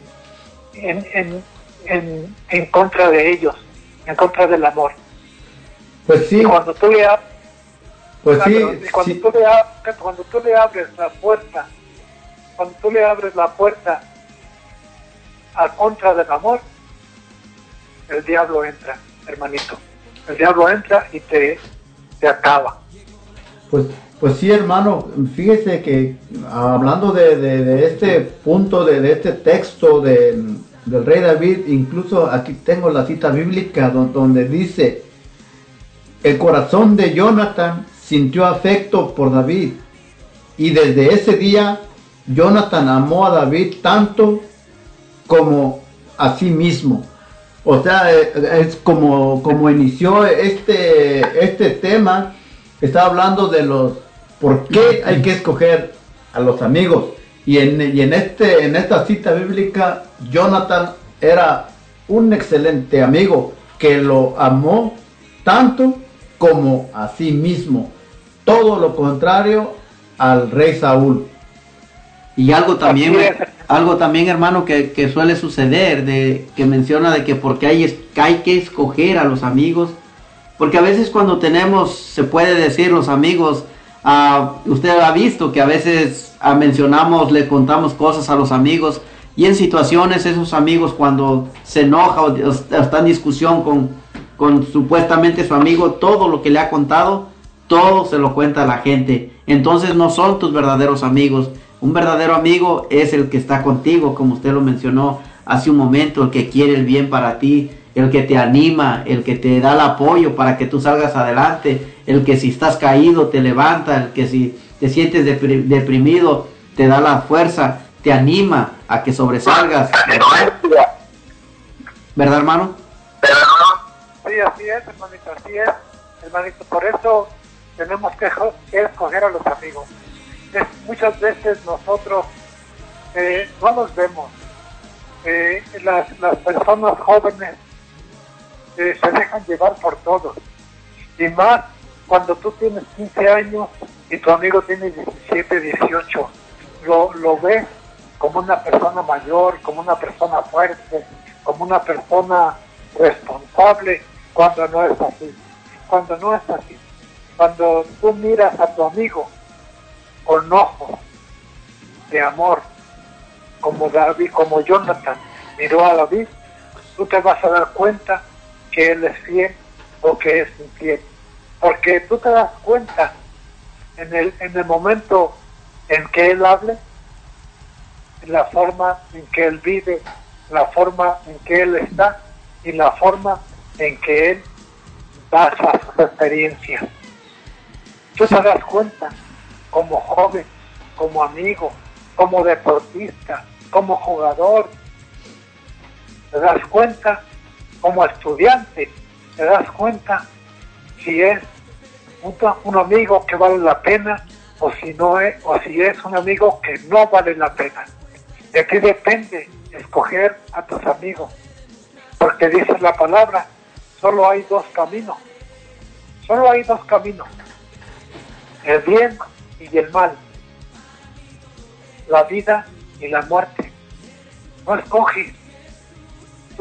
en contra de ellos, en contra del amor. Pues sí. Y cuando tú le abres, pues sí, cuando tú le abres la puerta, cuando tú le abres la puerta a contra del amor, el diablo entra, hermanito. El diablo entra y te acaba. Pues sí, hermano, fíjese que hablando de este punto, de este texto del rey David, incluso aquí tengo la cita bíblica donde dice, el corazón de Jonathan sintió afecto por David, y desde ese día Jonathan amó a David tanto como a sí mismo. O sea, es como inició este tema. Está hablando de por qué hay que escoger a los amigos. Y en esta cita bíblica, Jonathan era un excelente amigo que lo amó tanto como a sí mismo. Todo lo contrario al rey Saúl. Y algo también, hermano, que suele suceder, que menciona de que porque hay que escoger a los amigos, porque a veces cuando tenemos, se puede decir, los amigos, usted ha visto que a veces mencionamos, le contamos cosas a los amigos, y en situaciones esos amigos cuando se enoja o está en discusión con supuestamente su amigo, todo lo que le ha contado, todo se lo cuenta a la gente. Entonces no son tus verdaderos amigos. Un verdadero amigo es el que está contigo, como usted lo mencionó hace un momento, el que quiere el bien para ti, el que te anima, el que te da el apoyo para que tú salgas adelante, el que si estás caído te levanta, el que si te sientes deprimido te da la fuerza, te anima a que sobresalgas. ¿Verdad, hermano? Sí, así es, hermanito, así es, hermanito. Por eso tenemos que escoger a los amigos. Muchas veces nosotros no nos vemos. Las personas jóvenes se dejan llevar por todos. Y más cuando tú tienes 15 años y tu amigo tiene 17, 18. Lo ves como una persona mayor, como una persona fuerte, como una persona responsable, cuando no es así. Cuando tú miras a tu amigo con ojos de amor, como David, como Jonathan miró a David, tú te vas a dar cuenta que él es fiel o que es infiel, porque tú te das cuenta en el momento en que él hable, en la forma en que él vive, la forma en que él está y la forma en que él basa sus experiencias. Tú te das cuenta como joven, como amigo, como deportista, como jugador. Te das cuenta como estudiante, te das cuenta si es un amigo que vale la pena o si no es, o si es un amigo que no vale la pena. De ti depende escoger a tus amigos, porque dice la palabra, solo hay dos caminos, el bien y el mal, la vida y la muerte. No escoges, tú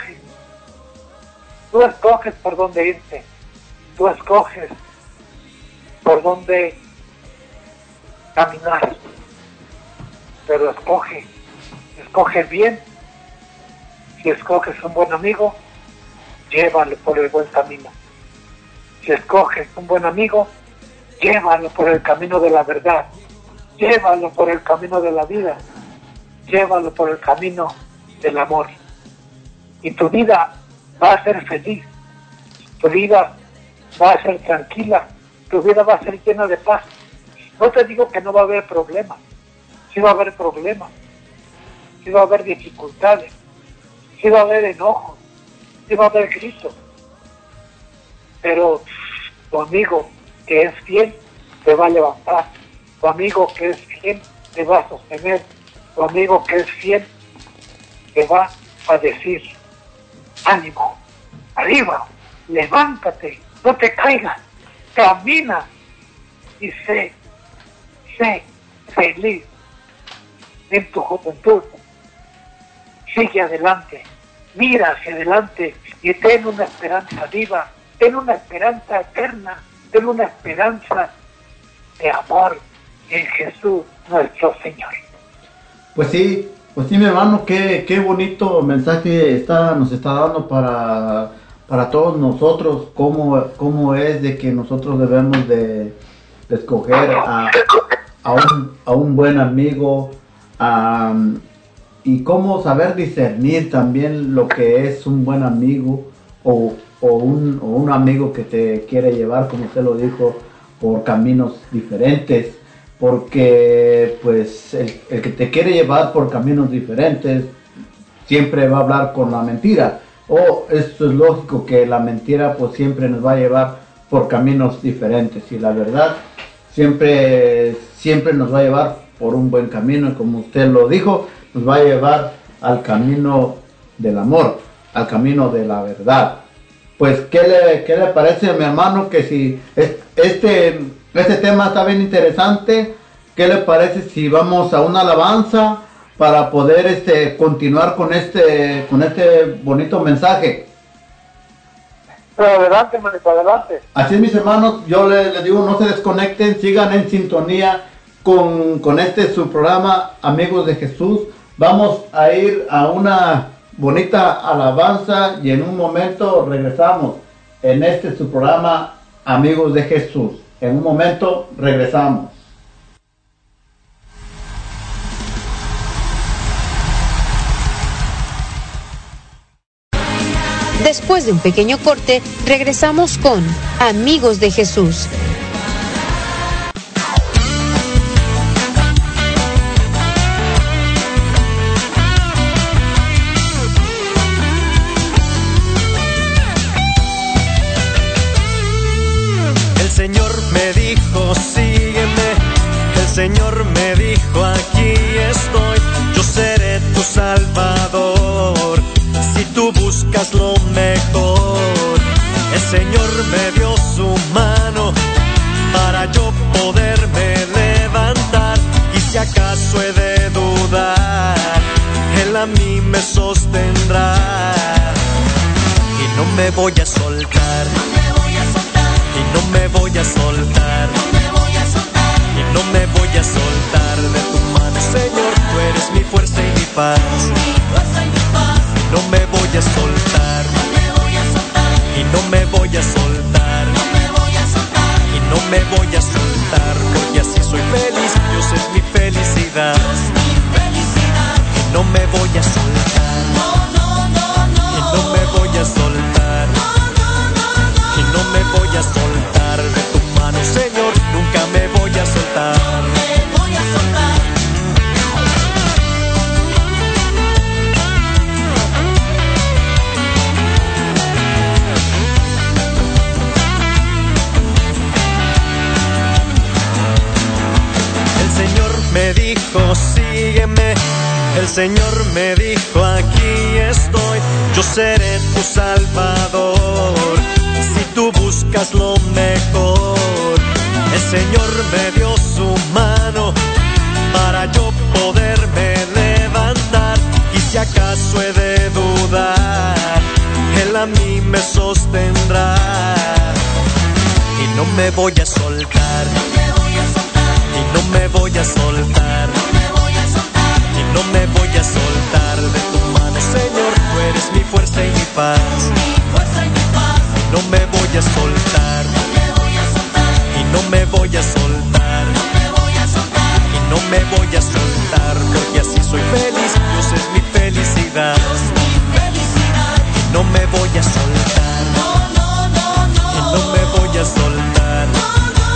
escoges por dónde irte, tú escoges por dónde caminar, pero escoge bien. Si escoges un buen amigo, llévalo por el buen camino. Si escoges un buen amigo, llévalo por el camino de la verdad, llévalo por el camino de la vida, llévalo por el camino del amor. Y tu vida va a ser feliz, tu vida va a ser tranquila, tu vida va a ser llena de paz. No te digo que no va a haber problemas, sí va a haber problemas, sí va a haber dificultades, sí va a haber enojos, sí va a haber gritos, pero tu amigo que es fiel te va a levantar, tu amigo que es fiel te va a sostener, tu amigo que es fiel te va a decir: ánimo, arriba, levántate, no te caigas, camina y sé feliz en tu juventud. Sigue adelante, mira hacia adelante y ten una esperanza viva, ten una esperanza eterna, ten una esperanza de amor en Jesús nuestro Señor. Pues sí, mi hermano, qué bonito mensaje nos está dando para todos nosotros, cómo es de que nosotros debemos de escoger a un buen amigo, y cómo saber discernir también lo que es un buen amigo o un amigo que te quiere llevar, como usted lo dijo, por caminos diferentes, porque pues el que te quiere llevar por caminos diferentes siempre va a hablar con la mentira. Esto es lógico, que la mentira pues siempre nos va a llevar por caminos diferentes, y la verdad siempre nos va a llevar por un buen camino, y como usted lo dijo, nos va a llevar al camino del amor, al camino de la verdad. Pues ¿qué le parece, mi hermano, que si este tema está bien interesante? ¿Qué le parece si vamos a una alabanza para poder continuar con este bonito mensaje? Adelante, manito, adelante. Así es, mis hermanos, yo les digo, no se desconecten, sigan en sintonía con su programa Amigos de Jesús. Vamos a ir a una bonita alabanza y en un momento regresamos en su programa Amigos de Jesús. En un momento regresamos. Después de un pequeño corte, regresamos con Amigos de Jesús. El Señor me dijo, sígueme. El Señor me dijo, aquí estoy. Yo seré tu Salvador. Si tú buscas lo mejor, el Señor me dio su mano para yo poderme levantar. Y si acaso he de dudar, Él a mí me sostendrá. Y no me voy a soltar, y no me voy a soltar, y no me voy a soltar de tu mano, Señor. Tú eres mi fuerza y mi paz. No me voy a soltar, y no me voy a soltar, y no me voy a soltar, porque así soy feliz, Dios es mi felicidad. Y no me voy a soltar, y no me voy a soltar, y no me voy a soltar de tu mano, Señor, nunca me voy a soltar. Me dijo, sígueme. El Señor me dijo, aquí estoy. Yo seré tu Salvador. Si tú buscas lo mejor, el Señor me dio su mano para yo poderme levantar. Y si acaso he de dudar, Él a mí me sostendrá. Y no me voy a soltar, y no me voy a soltar, y no me voy a soltar de tu mano, Señor. Tú eres mi fuerza y mi paz. Y no me voy a soltar, y no me voy a soltar, y no me voy a soltar, porque así soy feliz, Dios es mi felicidad. Y no me voy a soltar, y no me voy a soltar,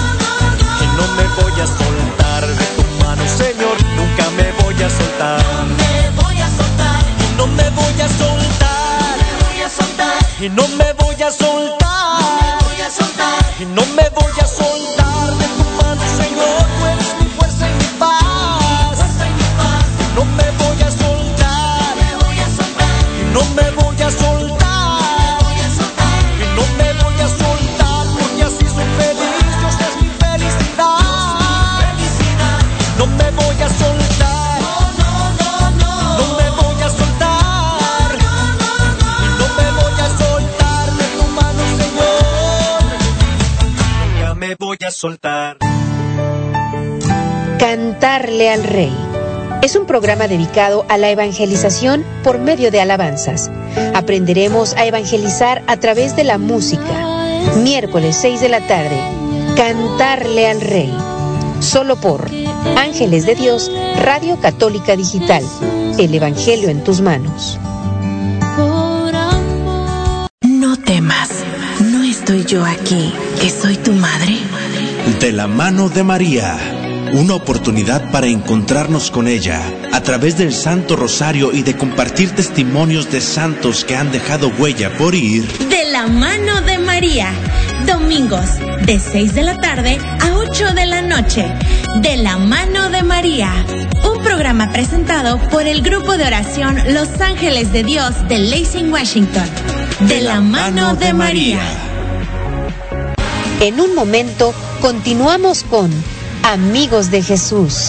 y no me voy a soltar, y no me voy a soltar de tu mano, Señor. Tú eres mi fuerza y mi paz. No me voy a soltar, y no me voy a soltar, y no me voy a soltar, porque así soy feliz. Dios es mi felicidad. No me voy a soltar, no me voy a soltar, y no me voy a soltar de tu mano, Señor. Nunca me voy a soltar. Cantarle al Rey es un programa dedicado a la evangelización por medio de alabanzas. Aprenderemos a evangelizar a través de la música. Miércoles 6 de la tarde, Cantarle al Rey. Solo por Ángeles de Dios, Radio Católica Digital. El Evangelio en tus manos. No temas, no estoy yo aquí, que soy tu madre. De la mano de María, una oportunidad para encontrarnos con ella a través del Santo Rosario y de compartir testimonios de santos que han dejado huella por ir. De la mano de María, domingos de 6 de la tarde a 8 de la noche. De la mano de María, un programa presentado por el grupo de oración Los Ángeles de Dios de Lansing, Washington. De la mano de María. En un momento, continuamos con Amigos de Jesús.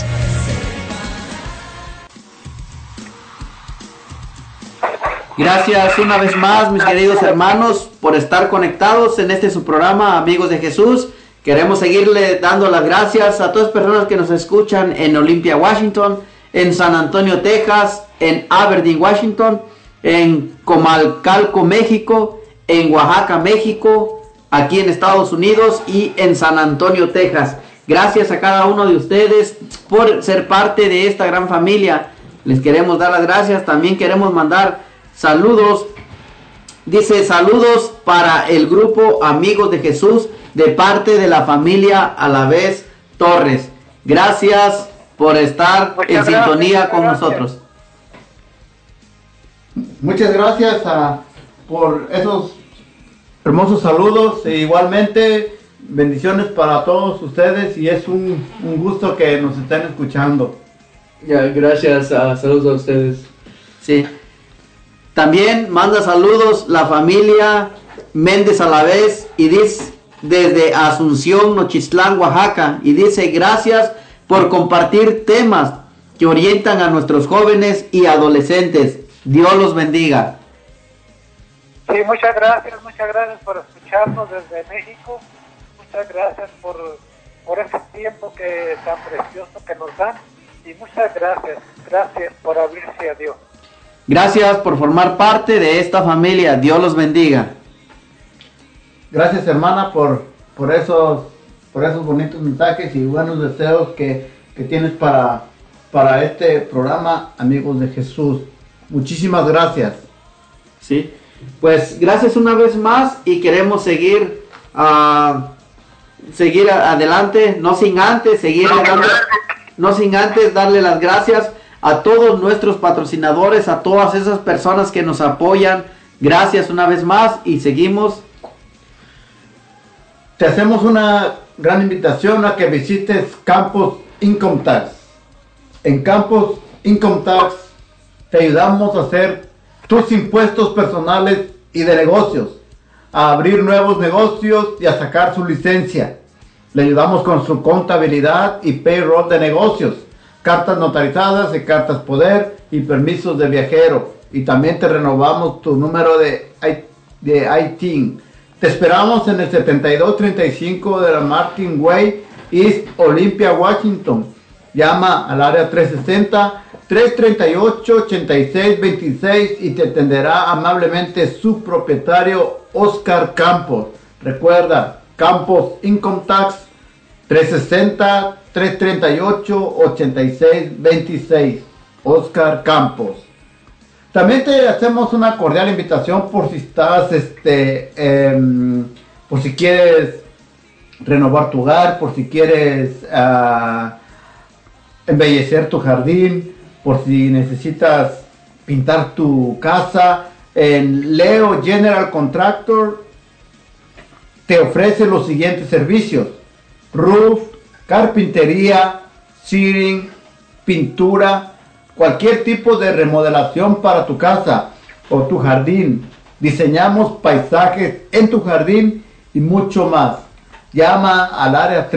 Gracias una vez más, mis queridos hermanos, por estar conectados en este su programa, Amigos de Jesús. Queremos seguirle dando las gracias a todas las personas que nos escuchan en Olympia, Washington, en San Antonio, Texas, en Aberdeen, Washington, en Comalcalco, México, en Oaxaca, México, aquí en Estados Unidos y en San Antonio, Texas. Gracias a cada uno de ustedes por ser parte de esta gran familia. Les queremos dar las gracias. También queremos mandar saludos. Dice, saludos para el grupo Amigos de Jesús de parte de la familia Alavés Torres. Gracias por estar en sintonía con nosotros. Muchas gracias por esos hermosos saludos. E igualmente, bendiciones para todos ustedes y es un gusto que nos estén escuchando. Ya, gracias, saludos a ustedes. Sí. También manda saludos la familia Méndez Alavés y dice desde Asunción, Nochistlán, Oaxaca, y dice gracias por compartir temas que orientan a nuestros jóvenes y adolescentes. Dios los bendiga. Sí, muchas gracias por escucharnos desde México. Muchas gracias por ese tiempo que tan precioso que nos dan y muchas gracias por abrirse a Dios. Gracias por formar parte de esta familia. Dios los bendiga. Gracias, hermana, por esos bonitos mensajes y buenos deseos que tienes para este programa, Amigos de Jesús. Muchísimas gracias. Sí, pues gracias una vez más y queremos seguir adelante, no sin antes darle las gracias a todos nuestros patrocinadores, a todas esas personas que nos apoyan. Gracias una vez más y seguimos. Te hacemos una gran invitación a que visites Campos Income Tax. En Campos Income Tax te ayudamos a hacer tus impuestos personales y de negocios, a abrir nuevos negocios y a sacar su licencia. Le ayudamos con su contabilidad y payroll de negocios, cartas notarizadas y cartas poder y permisos de viajero. Y también te renovamos tu número de ITIN. Te esperamos en el 7235 de la Martin Way, East Olympia, Washington. Llama al área 360-338-8626 y te atenderá amablemente su propietario Oscar Campos. Recuerda, Campos Income Tax 360-338-8626. Oscar Campos. También te hacemos una cordial invitación por si estás, por si quieres renovar tu hogar, por si quieres embellecer tu jardín, por si necesitas pintar tu casa. En Leo General Contractor te ofrece los siguientes servicios: roof, carpintería, shearing, pintura, cualquier tipo de remodelación para tu casa o tu jardín. Diseñamos paisajes en tu jardín y mucho más. Llama al área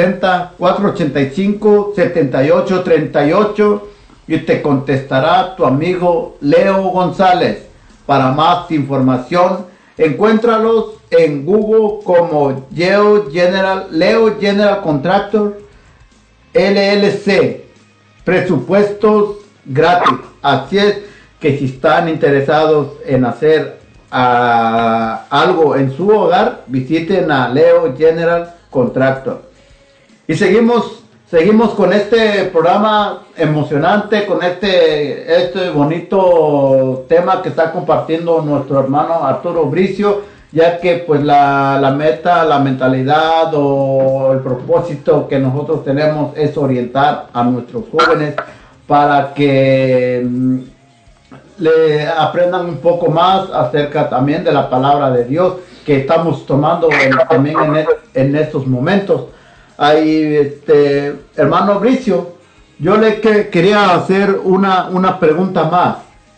360-485-7838 y te contestará tu amigo Leo González. Para más información, encuéntralos en Google como Leo General Contractor LLC. Presupuestos gratis. Así es que si están interesados en hacer algo en su hogar, visiten a Leo General Contractor. Y seguimos con este programa emocionante, con este bonito tema que está compartiendo nuestro hermano Arturo Bricio, ya que pues la meta, la mentalidad o el propósito que nosotros tenemos es orientar a nuestros jóvenes para que le aprendan un poco más acerca también de la palabra de Dios que estamos tomando también en estos momentos. Ahí, hermano Bricio, yo le quería hacer una pregunta más.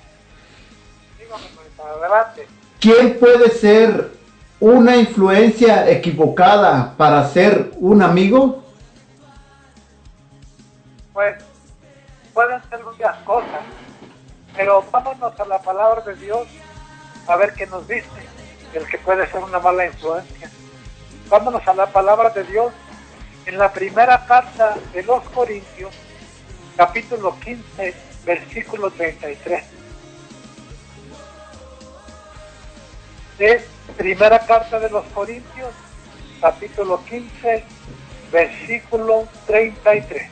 Adelante. ¿Quién puede ser una influencia equivocada para ser un amigo? Pues pueden ser muchas cosas, pero vámonos a la palabra de Dios a ver qué nos dice el que puede ser una mala influencia. Vámonos a la palabra de Dios en la primera carta de los Corintios, capítulo 15, versículo 33. Es primera carta de los Corintios, capítulo 15, versículo 33.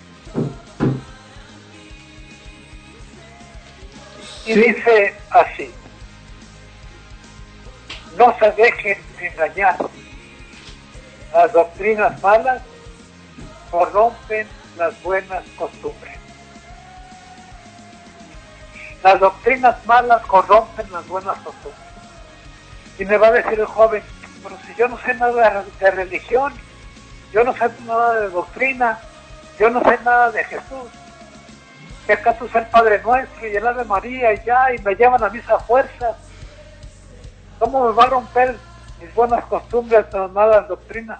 Y dice así: no se dejen engañar. Las doctrinas malas corrompen las buenas costumbres. Las doctrinas malas corrompen las buenas costumbres. Y me va a decir el joven, pero si yo no sé nada de religión, yo no sé nada de doctrina, yo no sé nada de Jesús, que acaso es el Padre Nuestro y el Ave María y ya, y me llevan a misa a fuerzas, ¿cómo me va a romper mis buenas costumbres las malas doctrinas?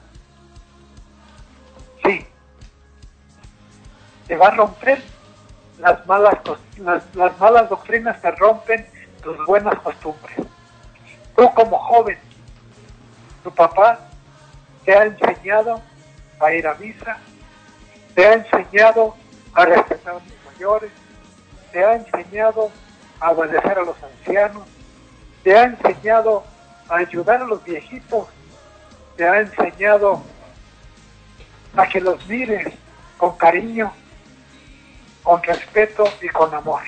Sí, te va a romper las malas doctrinas, te rompen tus buenas costumbres. Tú como joven, tu papá te ha enseñado a ir a misa, te ha enseñado a respetar a los mayores, te ha enseñado a obedecer a los ancianos, te ha enseñado a ayudar a los viejitos, te ha enseñado a que los mires con cariño, con respeto y con amor.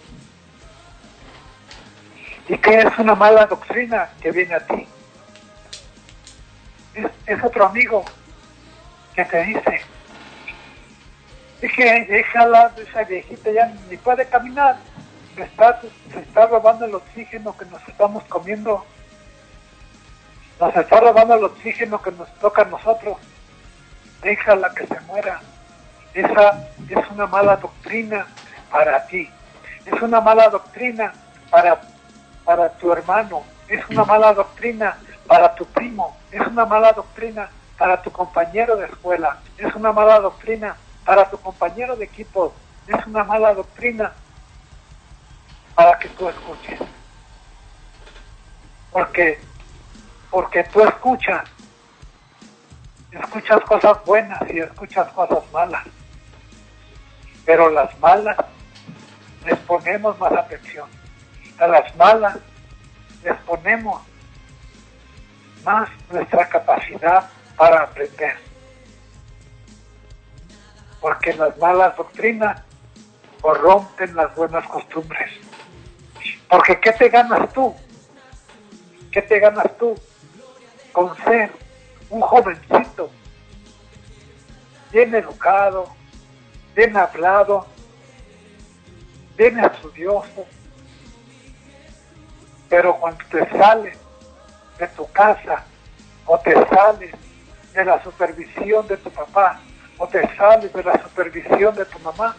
¿Y qué es una mala doctrina que viene a ti? Es otro amigo que te dice, es que déjala, esa viejita ya ni puede caminar, se está robando el oxígeno que nos estamos comiendo, nos está robando el oxígeno que nos toca a nosotros, déjala que se muera. Esa es una mala doctrina para ti, es una mala doctrina para tu hermano, es una mala doctrina para tu primo, es una mala doctrina para tu compañero de escuela, es una mala doctrina para tu compañero de equipo, es una mala doctrina para que tú escuches. Porque tú escuchas cosas buenas y escuchas cosas malas, pero las malas les ponemos más atención. A las malas les ponemos más nuestra capacidad para aprender. Porque las malas doctrinas corrompen las buenas costumbres. Porque ¿qué te ganas tú? ¿Qué te ganas tú con ser un jovencito bien educado, bien hablado, bien estudioso, Pero cuando te sales de tu casa, o te sales de la supervisión de tu papá, o te sales de la supervisión de tu mamá,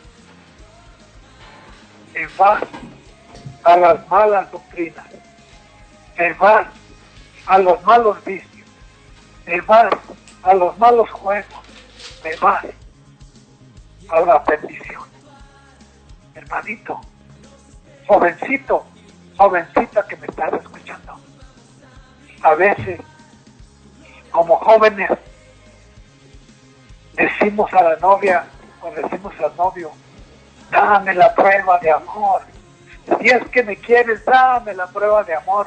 te vas a las malas doctrinas, te vas a los malos vicios, te vas a los malos juegos, te vas a la perdición. Hermanito, jovencito, jovencita que me estás escuchando, a veces como jóvenes decimos a la novia o decimos al novio: dame la prueba de amor, si es que me quieres, dame la prueba de amor.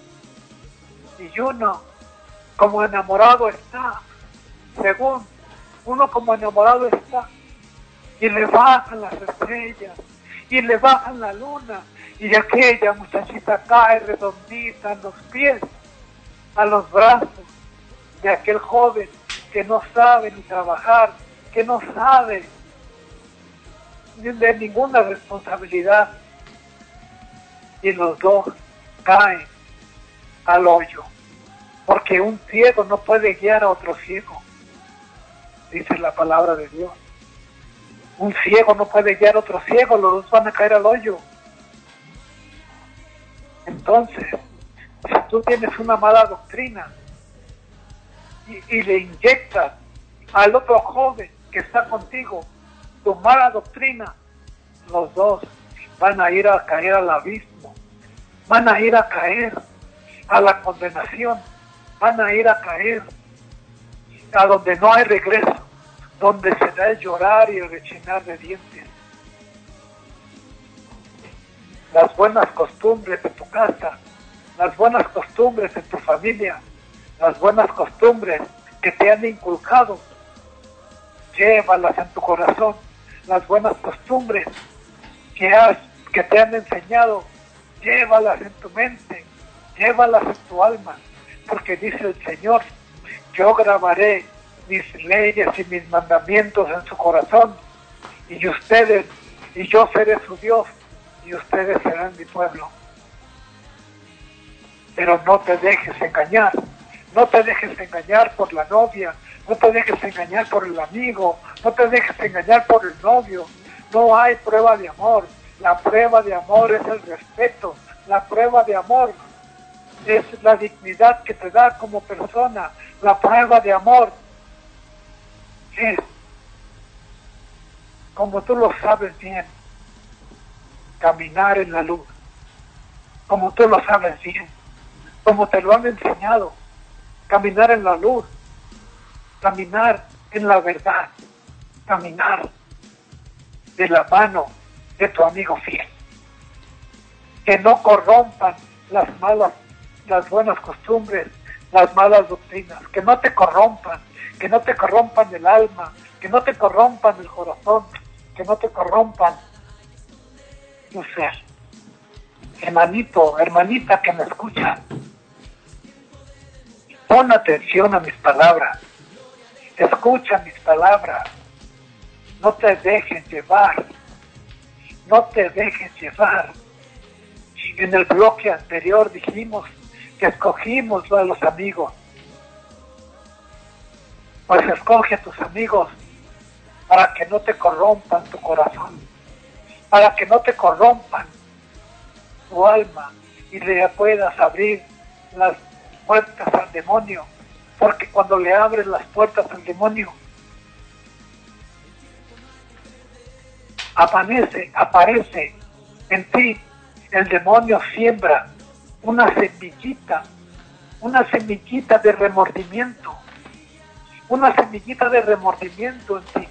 Y uno como enamorado está, según uno como enamorado está, y le bajan las estrellas y le bajan la luna, y aquella muchachita cae redondita en los pies, a los brazos de aquel joven que no sabe ni trabajar, que no sabe ni de ninguna responsabilidad, y los dos caen al hoyo, porque un ciego no puede guiar a otro ciego, dice la palabra de Dios. Un ciego no puede guiar a otro ciego, los dos van a caer al hoyo. Entonces, si tú tienes una mala doctrina y le inyectas al otro joven que está contigo tu mala doctrina, los dos van a ir a caer al abismo, van a ir a caer a la condenación, van a ir a caer a donde no hay regreso, donde será el llorar y el rechinar de dientes. Las buenas costumbres de tu casa, las buenas costumbres de tu familia, las buenas costumbres que te han inculcado, llévalas en tu corazón. Las buenas costumbres que te han enseñado, llévalas en tu mente, llévalas en tu alma, porque dice el Señor: yo grabaré mis leyes y mis mandamientos en su corazón, y yo seré su Dios, y ustedes serán mi pueblo. Pero no te dejes engañar, no te dejes engañar por la novia, no te dejes engañar por el amigo, no te dejes engañar por el novio. No hay prueba de amor. La prueba de amor es el respeto, la prueba de amor es la dignidad que te da como persona, la prueba de amor es, como tú lo sabes bien, caminar en la luz, como tú lo sabes bien, como te lo han enseñado, caminar en la luz, caminar en la verdad, caminar de la mano de tu amigo fiel, que no corrompan las buenas costumbres, las malas doctrinas, que no te corrompan el alma, que no te corrompan el corazón, que no te corrompan tu ser. Hermanito, hermanita que me escucha, pon atención a mis palabras, escucha mis palabras, no te dejes llevar, no te dejes llevar. En el bloque anterior dijimos que escogimos a los amigos. Pues escoge a tus amigos para que no te corrompan tu corazón, para que no te corrompan tu alma y le puedas abrir las puertas al demonio, porque cuando le abres las puertas al demonio, aparece en ti, el demonio siembra una semillita de remordimiento, una semillita de remordimiento en ti.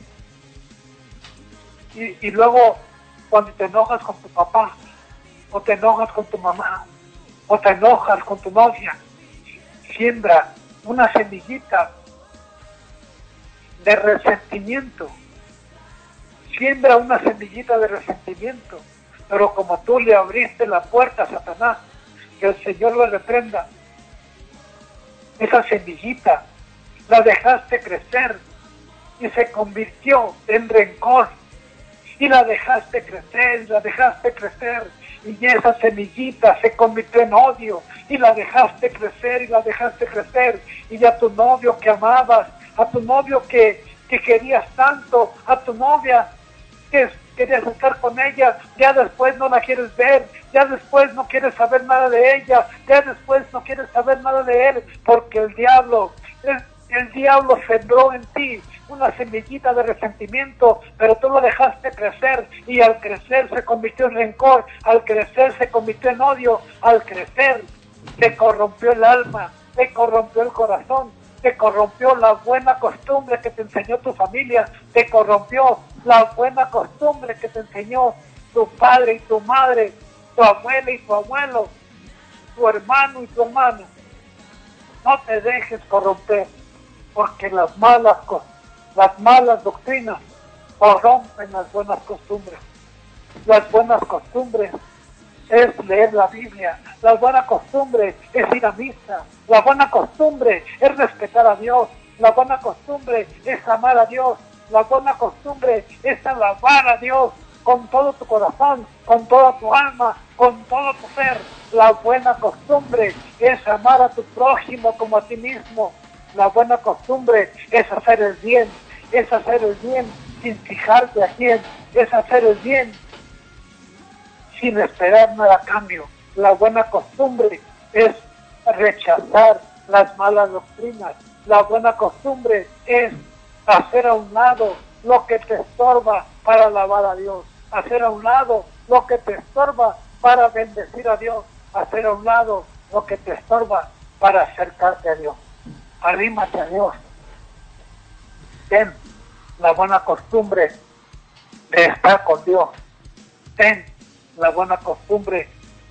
Y luego, cuando te enojas con tu papá, o te enojas con tu mamá, o te enojas con tu novia, siembra una semillita de resentimiento, siembra una semillita de resentimiento, pero como tú le abriste la puerta a Satanás, que el Señor lo reprenda, esa semillita la dejaste crecer y se convirtió en rencor, y la dejaste crecer, y esa semillita se convirtió en odio y la dejaste crecer y la dejaste crecer, y ya tu novio que amabas, a tu novio que querías tanto, a tu novia que querías estar con ella, ya después no la quieres ver, ya después no quieres saber nada de ella, ya después no quieres saber nada de él, porque el diablo sembró en ti una semillita de resentimiento, pero tú lo dejaste crecer, y al crecer se convirtió en rencor, al crecer se convirtió en odio, al crecer se corrompió el alma, se corrompió el corazón, se corrompió la buena costumbre que te enseñó tu familia, se corrompió la buena costumbre que te enseñó tu padre y tu madre, tu abuela y tu abuelo, tu hermano y tu hermana. No te dejes corromper, porque las malas doctrinas corrompen las buenas costumbres. Las buenas costumbres es leer la Biblia, la buena costumbre es ir a misa, la buena costumbre es respetar a Dios, la buena costumbre es amar a Dios, la buena costumbre es alabar a Dios con todo tu corazón, con toda tu alma, con todo tu ser. La buena costumbre es amar a tu prójimo como a ti mismo. La buena costumbre es hacer el bien sin fijarte a quién, es hacer el bien sin esperar nada a cambio. La buena costumbre es rechazar las malas doctrinas. La buena costumbre es hacer a un lado lo que te estorba para alabar a Dios, hacer a un lado lo que te estorba para bendecir a Dios, hacer a un lado lo que te estorba para acercarte a Dios. Arrímate a Dios. Ten la buena costumbre de estar con Dios. Ten la buena costumbre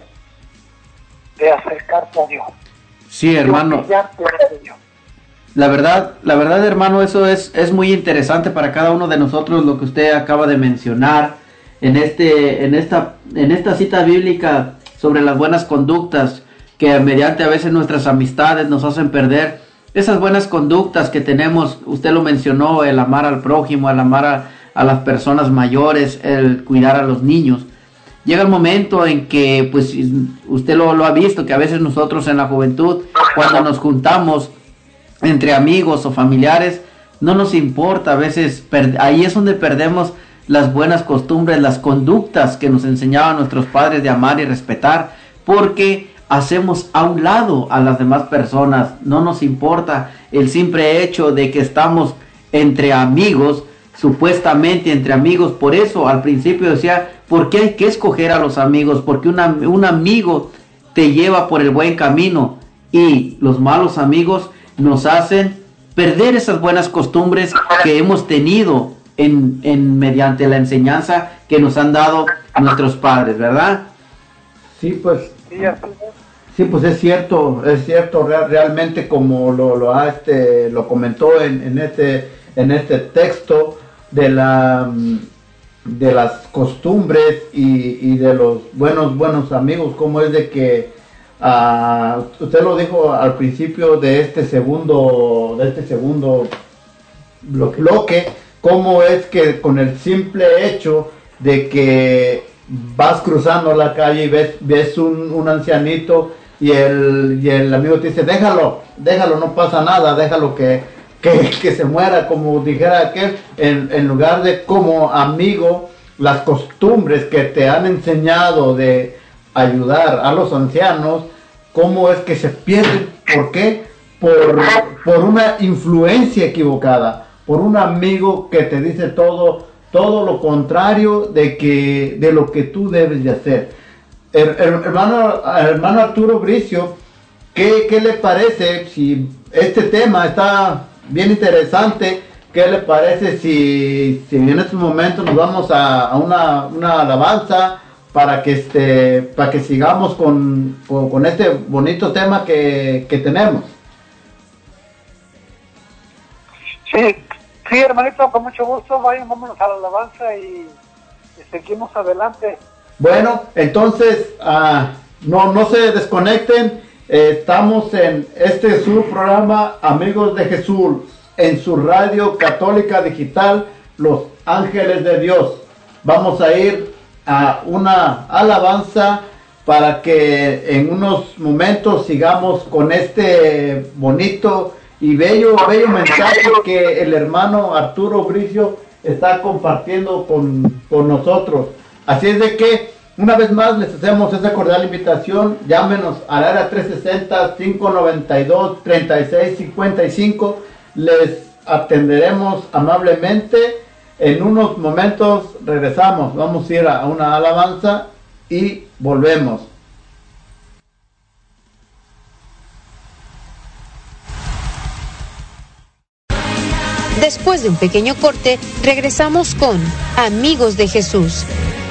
de acercarte a Dios. Sí, hermano. La verdad, hermano, eso es muy interesante para cada uno de nosotros lo que usted acaba de mencionar en esta cita bíblica sobre las buenas conductas, que mediante a veces nuestras amistades nos hacen perder esas buenas conductas que tenemos. Usted lo mencionó, el amar al prójimo, el amar a las personas mayores, el cuidar a los niños. Llega el momento en que, pues, usted lo ha visto, que a veces nosotros en la juventud, cuando nos juntamos entre amigos o familiares, no nos importa, a veces ahí es donde perdemos las buenas costumbres, las conductas que nos enseñaban nuestros padres de amar y respetar, porque hacemos a un lado a las demás personas. No nos importa el simple hecho de que estamos entre amigos, supuestamente entre amigos. Por eso al principio decía, ¿por qué hay que escoger a los amigos? Porque un amigo te lleva por el buen camino, y los malos amigos nos hacen perder esas buenas costumbres que hemos tenido mediante la enseñanza que nos han dado nuestros padres, ¿verdad? Sí, pues es cierto, realmente como lo comentó en este texto de las costumbres y de los buenos amigos, como es de que usted lo dijo al principio de este segundo bloque, cómo es que con el simple hecho de que vas cruzando la calle y ves un ancianito y el amigo te dice, déjalo, no pasa nada, déjalo que se muera, como dijera aquel, en lugar de como amigo, las costumbres que te han enseñado de ayudar a los ancianos, cómo es que se pierden. ¿Por qué? Por una influencia equivocada, por un amigo que te dice todo lo contrario de lo que tú debes de hacer. Hermano Arturo Bricio, ¿qué le parece? Si este tema está bien interesante, ¿qué le parece si en estos momentos nos vamos a una alabanza para que sigamos con este bonito tema que tenemos? Sí, hermanito, con mucho gusto. Vámonos a la alabanza y seguimos adelante. Bueno, entonces no se desconecten. Estamos en su programa Amigos de Jesús, en su radio católica digital Los Ángeles de Dios. Vamos a ir una alabanza para que en unos momentos sigamos con este bonito y bello mensaje que el hermano Arturo Bricio está compartiendo con nosotros. Así es de que una vez más les hacemos esa cordial invitación. Llámenos al área 360-592-3655. Les atenderemos amablemente. En unos momentos regresamos. Vamos a ir a una alabanza y volvemos. Después de un pequeño corte, regresamos con Amigos de Jesús.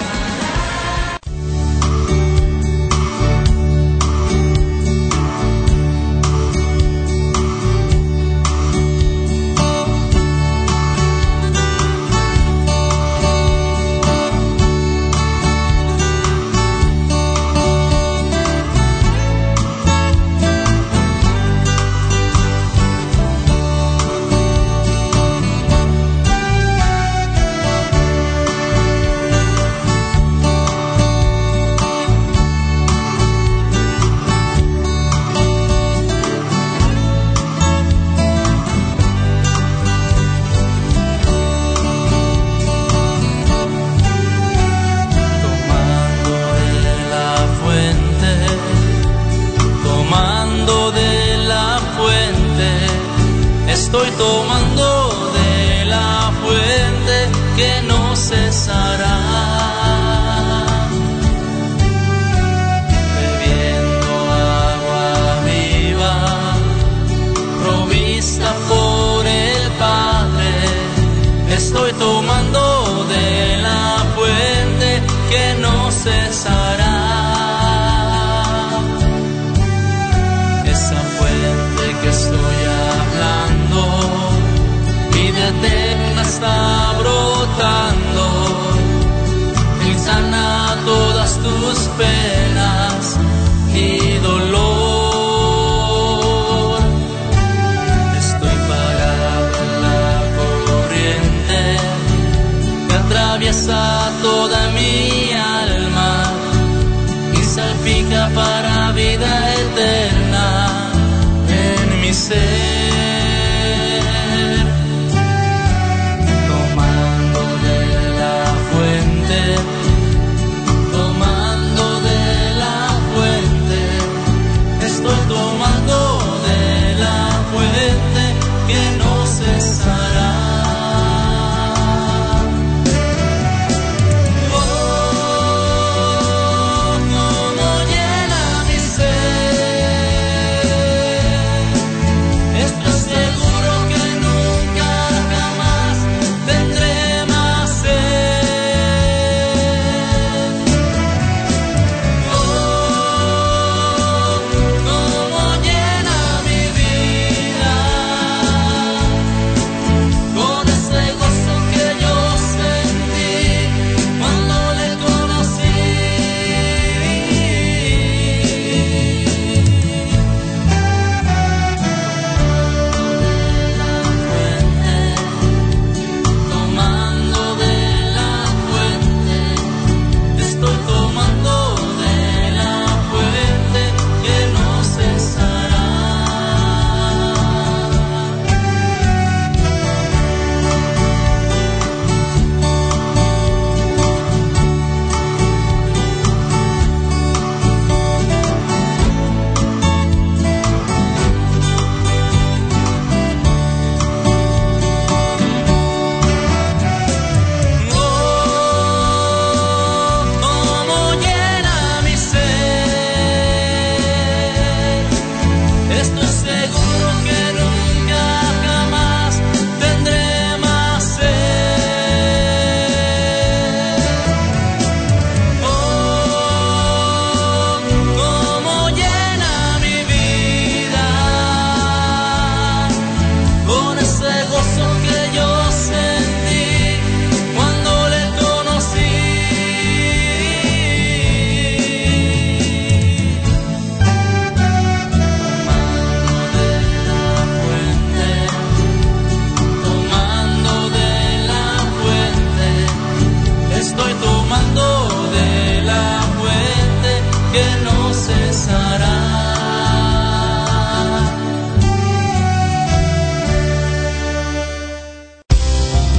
Estoy tomando de la fuente que no cesará, bebiendo agua viva, provista por el Padre. Estoy tomando de la fuente que no cesará. Esa fuente que estoy hablando, vida eterna está brotando. Él sana todas tus penas y dolor. Estoy parado en la corriente que atraviesa toda mi alma y salpica para vida eterna en mi ser. Tomando de la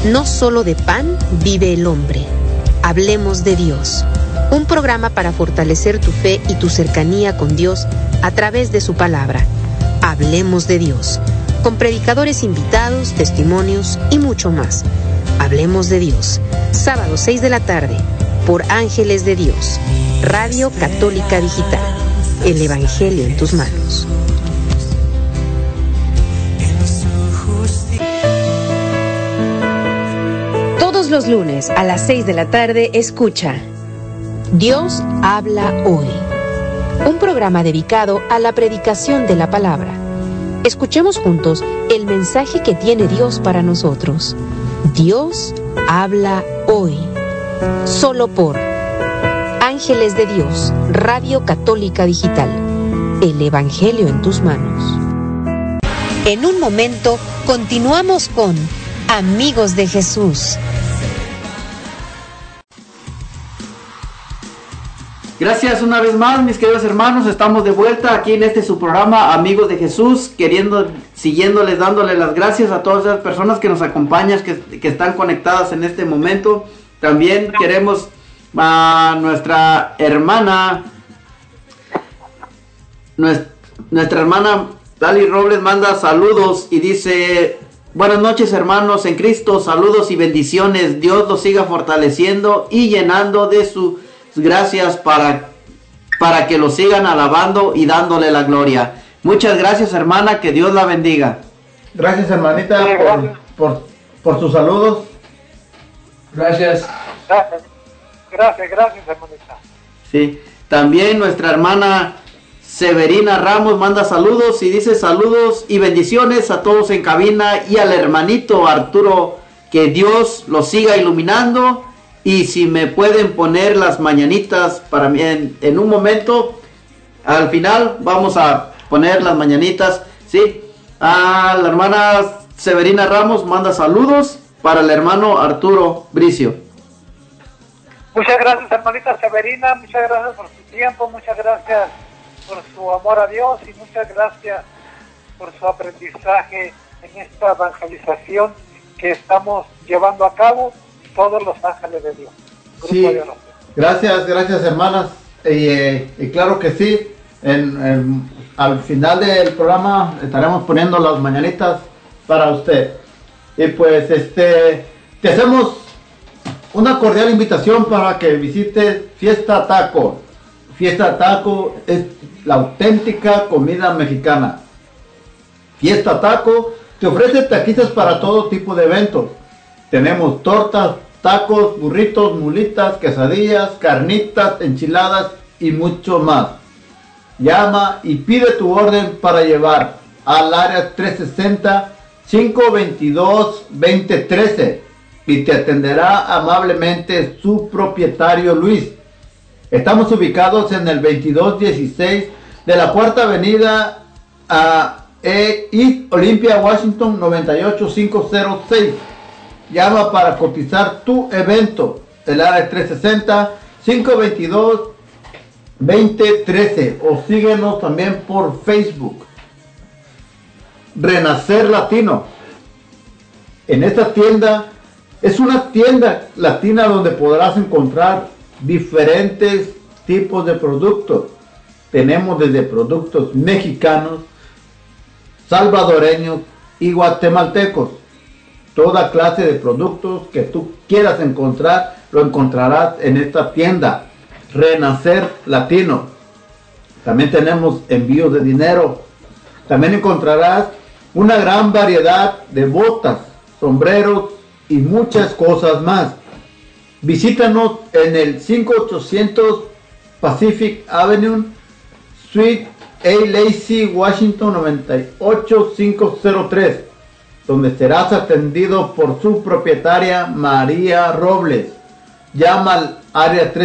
No solo de pan vive el hombre. Hablemos de Dios. Un programa para fortalecer tu fe y tu cercanía con Dios a través de su palabra. Hablemos de Dios. Con predicadores invitados, testimonios y mucho más. Hablemos de Dios. Sábado 6 de la tarde por Ángeles de Dios. Radio Católica Digital. El Evangelio en tus manos. Todos los lunes a las 6 de la tarde escucha Dios habla hoy. Un programa dedicado a la predicación de la palabra. Escuchemos juntos el mensaje que tiene Dios para nosotros. Dios habla hoy. Solo por Ángeles de Dios, Radio Católica Digital. El Evangelio en tus manos. En un momento continuamos con Amigos de Jesús. Gracias una vez más, mis queridos hermanos. Estamos de vuelta aquí en su programa Amigos de Jesús, siguiéndoles, dándoles las gracias a todas las personas que nos acompañan, que están conectadas en este momento. También queremos a nuestra hermana Dali Robles manda saludos y dice: buenas noches, hermanos en Cristo, saludos y bendiciones. Dios los siga fortaleciendo y llenando de sus gracias para que lo sigan alabando y dándole la gloria. Muchas gracias, hermana, que Dios la bendiga. Gracias, hermanita, por sus saludos. Gracias. Gracias, hermanita. Sí, también nuestra hermana Severina Ramos manda saludos y dice: saludos y bendiciones a todos en cabina y al hermanito Arturo, que Dios lo siga iluminando. Y si me pueden poner las mañanitas para mí en un momento, al final vamos a poner las mañanitas, ¿sí? A la hermana Severina Ramos manda saludos para el hermano Arturo Bricio. Muchas gracias, hermanita Severina, muchas gracias por su tiempo, muchas gracias por su amor a Dios y muchas gracias por su aprendizaje en esta evangelización que estamos llevando a cabo todos los ángeles de Dios. Sí, gracias hermanas, y claro que sí, al final del programa estaremos poniendo las mañanitas para usted. Y pues te hacemos una cordial invitación para que visite Fiesta Taco. Fiesta Taco es la auténtica comida mexicana. Fiesta Taco te ofrece taquitas para todo tipo de eventos. Tenemos tortas, tacos, burritos, mulitas, quesadillas, carnitas, enchiladas y mucho más. Llama y pide tu orden para llevar al área 360-522-2013 y te atenderá amablemente su propietario Luis. Estamos ubicados en el 2216 de la Cuarta Avenida East Olympia, Washington 98506. Llama para cotizar tu evento. El área 360-522-2013 o síguenos también por Facebook. Renacer Latino. En esta tienda es una tienda latina donde podrás encontrar diferentes tipos de productos. Tenemos desde productos mexicanos, salvadoreños y guatemaltecos. Toda clase de productos que tú quieras encontrar, lo encontrarás en esta tienda, Renacer Latino. También tenemos envíos de dinero. También encontrarás una gran variedad de botas, sombreros y muchas cosas más. Visítanos en el 5800 Pacific Avenue, Suite A. Lacey, Washington 98503. donde serás atendido por su propietaria María Robles. Llama al área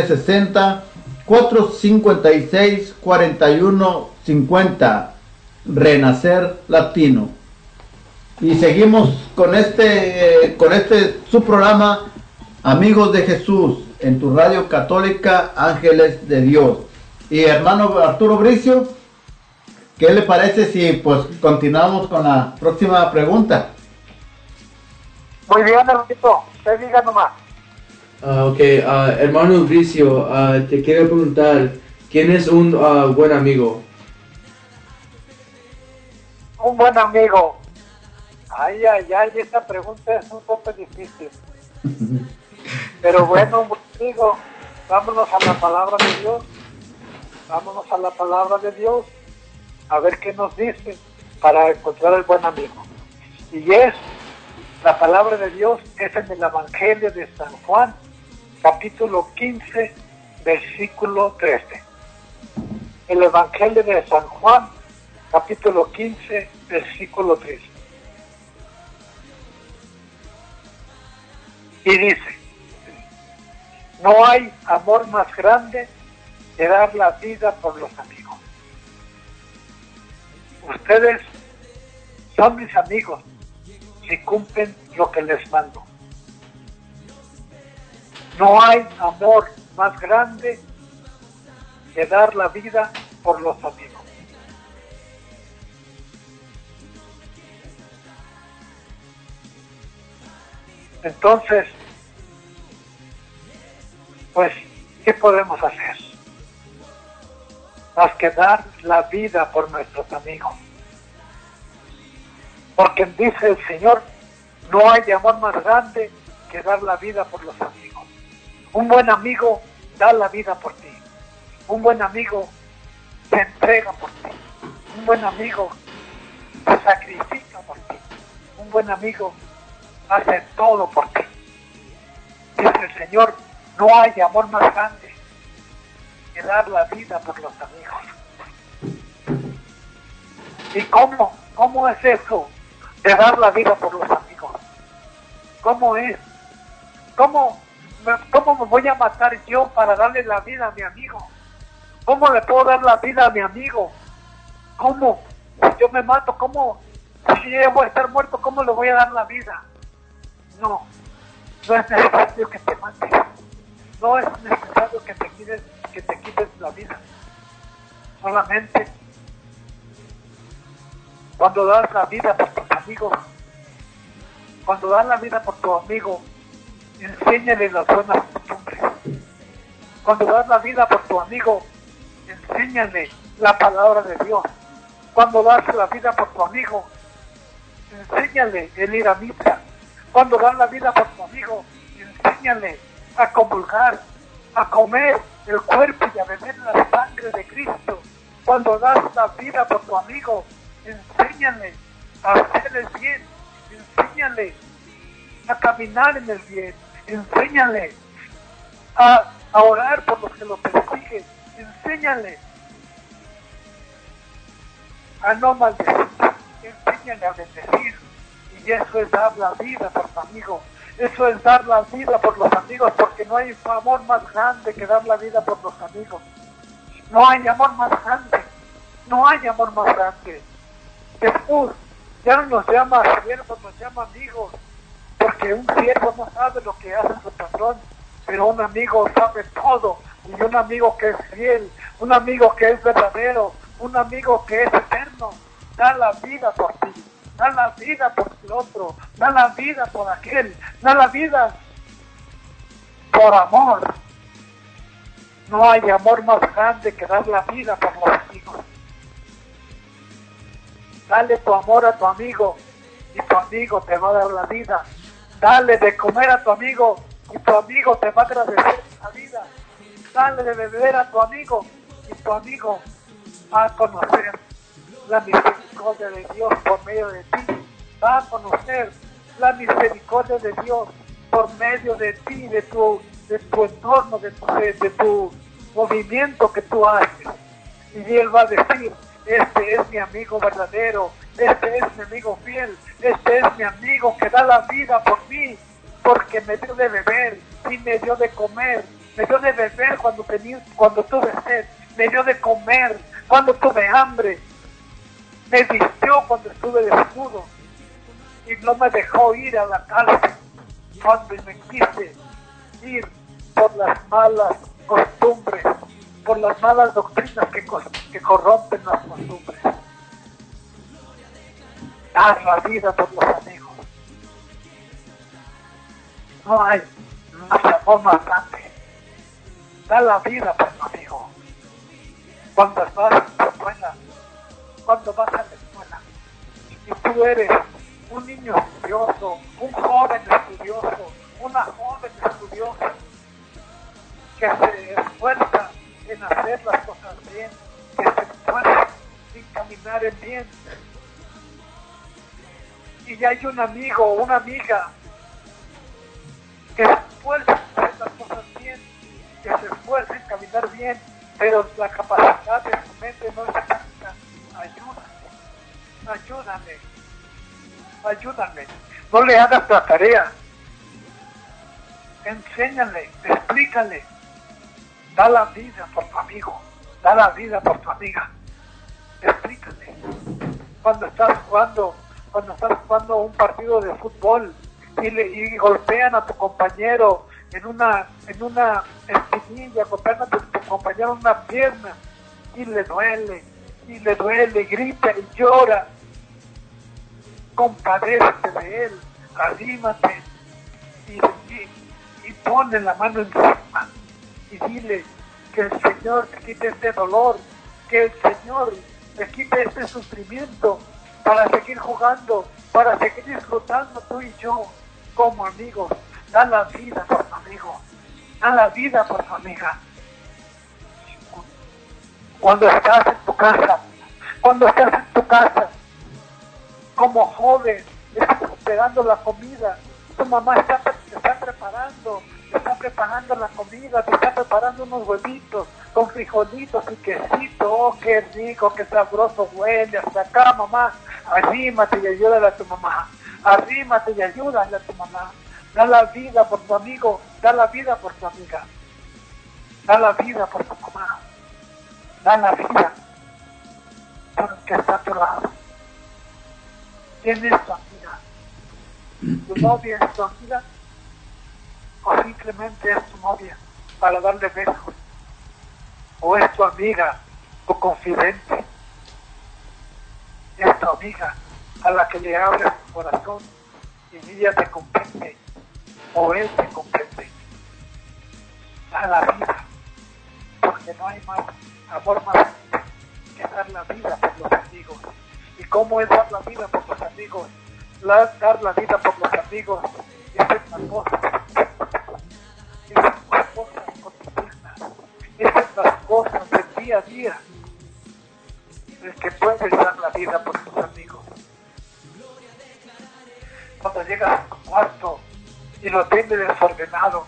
360-456-4150. Renacer Latino. Y seguimos con su programa Amigos de Jesús en tu radio católica Ángeles de Dios. Y hermano Arturo Bricio, ¿qué le parece si pues continuamos con la próxima pregunta? Muy bien, hermanito, usted diga nomás. Hermano Bricio, te quiero preguntar, ¿quién es un buen amigo? Un buen amigo. Ay, esta pregunta es un poco difícil. Pero bueno, un buen amigo, vámonos a la palabra de Dios. Vámonos a la palabra de Dios, a ver qué nos dice para encontrar el buen amigo. Y la palabra de Dios es en el Evangelio de San Juan, capítulo 15, versículo 13. El Evangelio de San Juan, capítulo 15, versículo 13. Y dice, no hay amor más grande que dar la vida por los amigos. Ustedes son mis amigos si cumplen lo que les mando. No hay amor más grande que dar la vida por los amigos. Entonces, pues, ¿qué podemos hacer? Más que dar la vida por nuestros amigos. Porque dice el Señor, no hay amor más grande que dar la vida por los amigos. Un buen amigo da la vida por ti. Un buen amigo se entrega por ti. Un buen amigo se sacrifica por ti. Un buen amigo hace todo por ti. Dice el Señor, no hay amor más grande que dar la vida por los amigos. ¿Y cómo es eso de dar la vida por los amigos? ¿Cómo es? ¿Cómo me voy a matar yo para darle la vida a mi amigo? ¿Cómo le puedo dar la vida a mi amigo? ¿Cómo? Si yo me mato, ¿cómo? Si yo voy a estar muerto, ¿cómo le voy a dar la vida? No es necesario que te mates. No es necesario que te quites la vida. Solamente cuando das la vida por tus amigos, cuando das la vida por tu amigo, enséñale las buenas costumbres. Cuando das la vida por tu amigo, enséñale la palabra de Dios. Cuando das la vida por tu amigo, enséñale el ir a misa. Cuando das la vida por tu amigo, enséñale a comulgar, a comer el cuerpo y a beber la sangre de Cristo. Cuando das la vida por tu amigo, enséñale a hacer el bien, enséñale a caminar en el bien, enséñale a orar por los que lo persiguen, enséñale a no maldecir, enséñale a bendecir. Y eso es dar la vida por tu amigo. Eso es dar la vida por los amigos, porque no hay amor más grande que dar la vida por los amigos. No hay amor más grande. No hay amor más grande. Jesús ya no nos llama siervos, nos llama amigos, porque un siervo no sabe lo que hace su patrón, pero un amigo sabe todo. Y un amigo que es fiel, un amigo que es verdadero, un amigo que es eterno, da la vida por ti. Da la vida por el otro, da la vida por aquel, da la vida por amor. No hay amor más grande que dar la vida por los amigos. Dale tu amor a tu amigo y tu amigo te va a dar la vida. Dale de comer a tu amigo y tu amigo te va a agradecer la vida. Dale de beber a tu amigo y tu amigo va a conocer la misericordia de Dios por medio de ti. Va a conocer la misericordia de Dios por medio de ti, de tu entorno, de tu movimiento que tú haces. Y Él va a decir, este es mi amigo verdadero, este es mi amigo fiel, este es mi amigo que da la vida por mí, porque me dio de beber y me dio de comer, me dio de beber cuando tuve sed, me dio de comer cuando tuve hambre, me vistió cuando estuve desnudo y no me dejó ir a la cárcel cuando me quise ir por las malas costumbres, por las malas doctrinas que corrompen las costumbres. Dar la vida por los amigos. No hay más amor más grande. Da la vida por tu amigo. Cuando estás en la escuela, cuando vas a la escuela, y tú eres un niño estudioso, un joven estudioso, una joven estudiosa, que se esfuerza en hacer las cosas bien, que se esfuerza en caminar en bien. Y hay un amigo o una amiga que se esfuerza en hacer las cosas bien, que se esfuerza en caminar bien, pero la capacidad de su mente no es tanta. Ayúdame. No le hagas la tarea. Enséñale, explícale. Da la vida por tu amigo, da la vida por tu amiga. Explícale. Cuando estás jugando un partido de fútbol y golpean a tu compañero en una espinilla, golpean a tu compañero en una pierna y le duele, grita y llora. Compadécete de él, arrímate y ponle la mano encima y dile que el Señor te quite este dolor, que el Señor te quite este sufrimiento para seguir jugando, para seguir disfrutando tú y yo como amigos. Da la vida por tu amigo, da la vida por tu amiga. Cuando estás en tu casa, como joven, estás esperando la comida, tu mamá te está preparando la comida, te está preparando unos huevitos con frijolitos y quesito. Oh, qué rico, qué sabroso huele hasta acá, mamá. Arrímate y ayúdale a tu mamá, arrímate y ayúdale a tu mamá. Da la vida por tu amigo, da la vida por tu amiga, da la vida por tu mamá, da la vida por el que está a tu lado. ¿Quién es tu amiga? ¿Tu novia es tu amiga? ¿O simplemente es tu novia para darle besos? ¿O es tu amiga, tu confidente? Es tu amiga a la que le abres tu corazón y ella te comprende, o él te comprende. Da la vida, porque no hay más amor más grande que dar la vida por los amigos. ¿Y cómo es dar la vida por los amigos? Dar la vida por los amigos es una cosa, es una cosa cotidiana, es las cosas del día a día, el que puedes dar la vida por tus amigos. Cuando llegas a tu cuarto y lo tienes desordenado,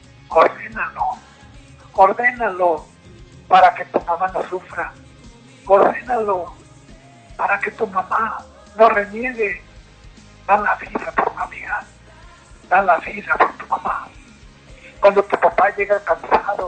ordénalo para que tu mamá no sufra, ordénalo para que tu mamá no reniegue. Da la vida por tu amiga, da la vida por tu mamá. Cuando tu papá llega cansado,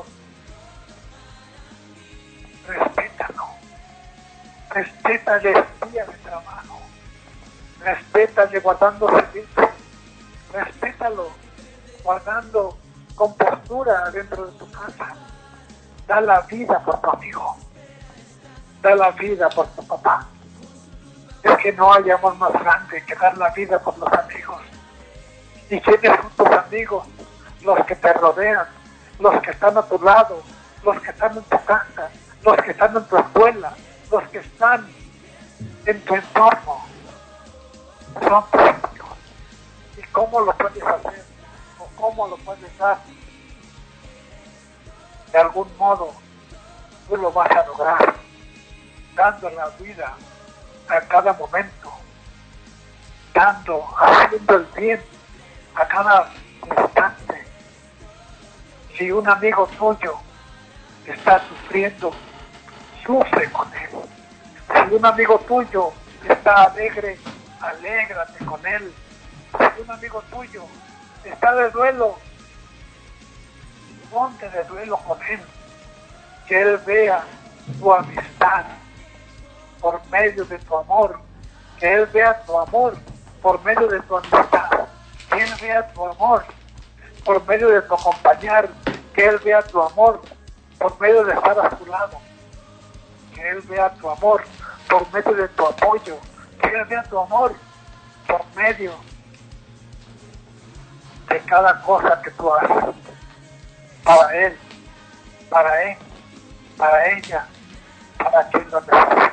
respétale el día de trabajo, respétale guardando servicio, respétalo guardando compostura dentro de tu casa. Da la vida por tu amigo, da la vida por tu papá. Es que no hay amor más grande que dar la vida por los amigos. ¿Y quiénes son tus amigos? Los que te rodean, los que están a tu lado, los que están en tu casa, los que están en tu escuela, los que están en tu entorno. Son tus amigos. ¿Y cómo lo puedes hacer? ¿O cómo lo puedes dar? De algún modo, tú lo vas a lograr, dando la vida a cada momento, haciendo el bien a cada instante. Si un amigo tuyo está sufriendo, sufre con él. Si un amigo tuyo está alegre, alégrate con él. Si un amigo tuyo está de duelo, ponte de duelo con él. Que él vea tu amistad por medio de tu amor, que él vea tu amor por medio de tu amistad, que él vea tu amor por medio de tu acompañar, que él vea tu amor por medio de estar a tu lado, que él vea tu amor por medio de tu apoyo, que él vea tu amor por medio de cada cosa que tú haces. Para él, para él, para ella, para quien lo necesite.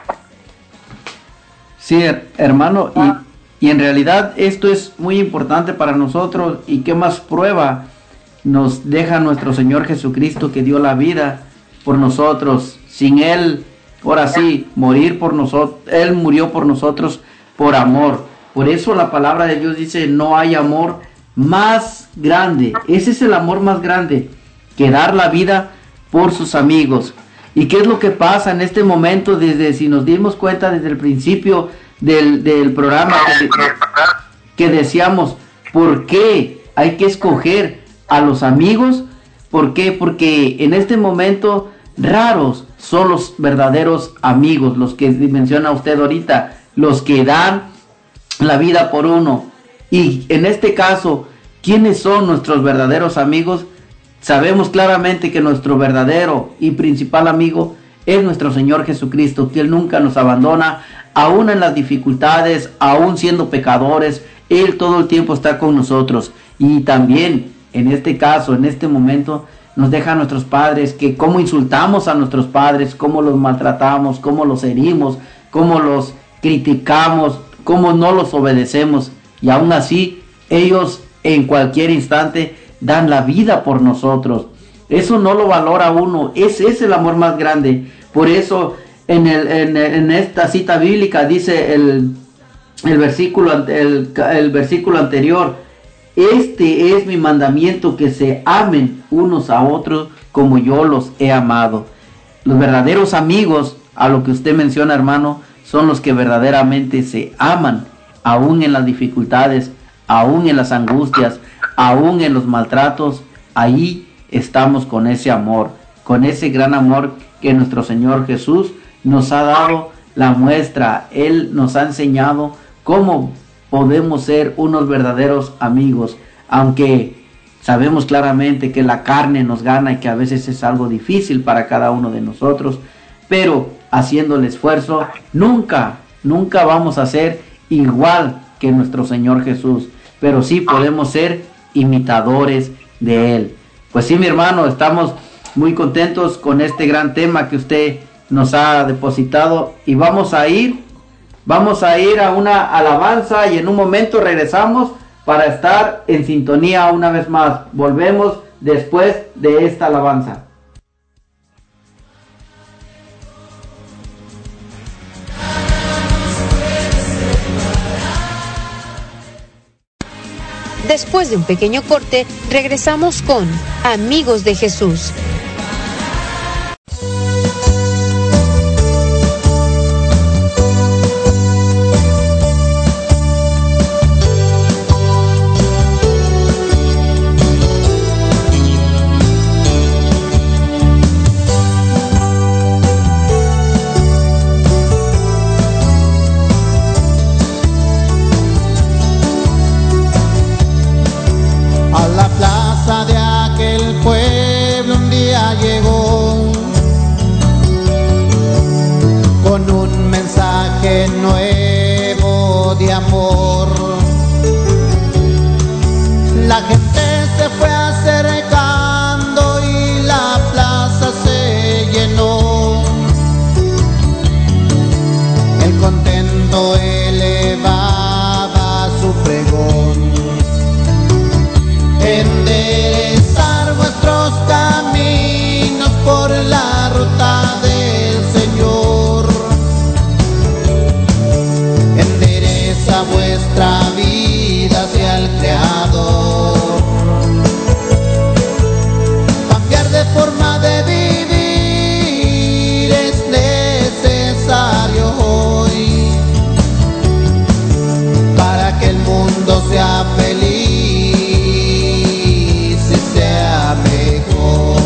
Sí, hermano, y en realidad esto es muy importante para nosotros, y qué más prueba nos deja nuestro Señor Jesucristo, que dio la vida por nosotros. Sin Él, ahora sí, morir por nosotros, Él murió por nosotros por amor. Por eso la palabra de Dios dice, no hay amor más grande. Ese es el amor más grande, que dar la vida por sus amigos. ¿Y qué es lo que pasa en este momento? Si nos dimos cuenta desde el principio del programa que decíamos, ¿por qué hay que escoger a los amigos? ¿Por qué? Porque en este momento raros son los verdaderos amigos, los que menciona usted ahorita, los que dan la vida por uno. Y en este caso, ¿quiénes son nuestros verdaderos amigos? Sabemos claramente que nuestro verdadero y principal amigo es nuestro Señor Jesucristo, que Él nunca nos abandona, aún en las dificultades, aún siendo pecadores, Él todo el tiempo está con nosotros. Y también, en este caso, en este momento, nos deja a nuestros padres, que cómo insultamos a nuestros padres, cómo los maltratamos, cómo los herimos, cómo los criticamos, cómo no los obedecemos. Y aún así, ellos en cualquier instante dan la vida por nosotros. Eso no lo valora uno. Ese es el amor más grande. Por eso en esta cita bíblica dice el versículo anterior, este es mi mandamiento, que se amen unos a otros como yo los he amado. Los verdaderos amigos, a lo que usted menciona, hermano, son los que verdaderamente se aman, aún en las dificultades, aún en las angustias, aún en los maltratos. Ahí estamos con ese amor, con ese gran amor que nuestro Señor Jesús nos ha dado la muestra. Él nos ha enseñado cómo podemos ser unos verdaderos amigos, aunque sabemos claramente que la carne nos gana y que a veces es algo difícil para cada uno de nosotros, pero haciendo el esfuerzo, nunca vamos a ser igual que nuestro Señor Jesús, pero sí podemos ser imitadores de Él. Pues sí, mi hermano, estamos muy contentos con este gran tema que usted nos ha depositado, y vamos a ir a una alabanza, y en un momento regresamos para estar en sintonía una vez más. Volvemos después de esta alabanza. Después de un pequeño corte, regresamos con Amigos de Jesús. Nuevo de amor, la gente se fue acercando y la plaza se llenó. El contento elevaba su pregón, enderezar vuestros caminos por la ruta del Señor. Vuestra vida hacia el Creador. Cambiar de forma de vivir es necesario hoy, para que el mundo sea feliz y sea mejor.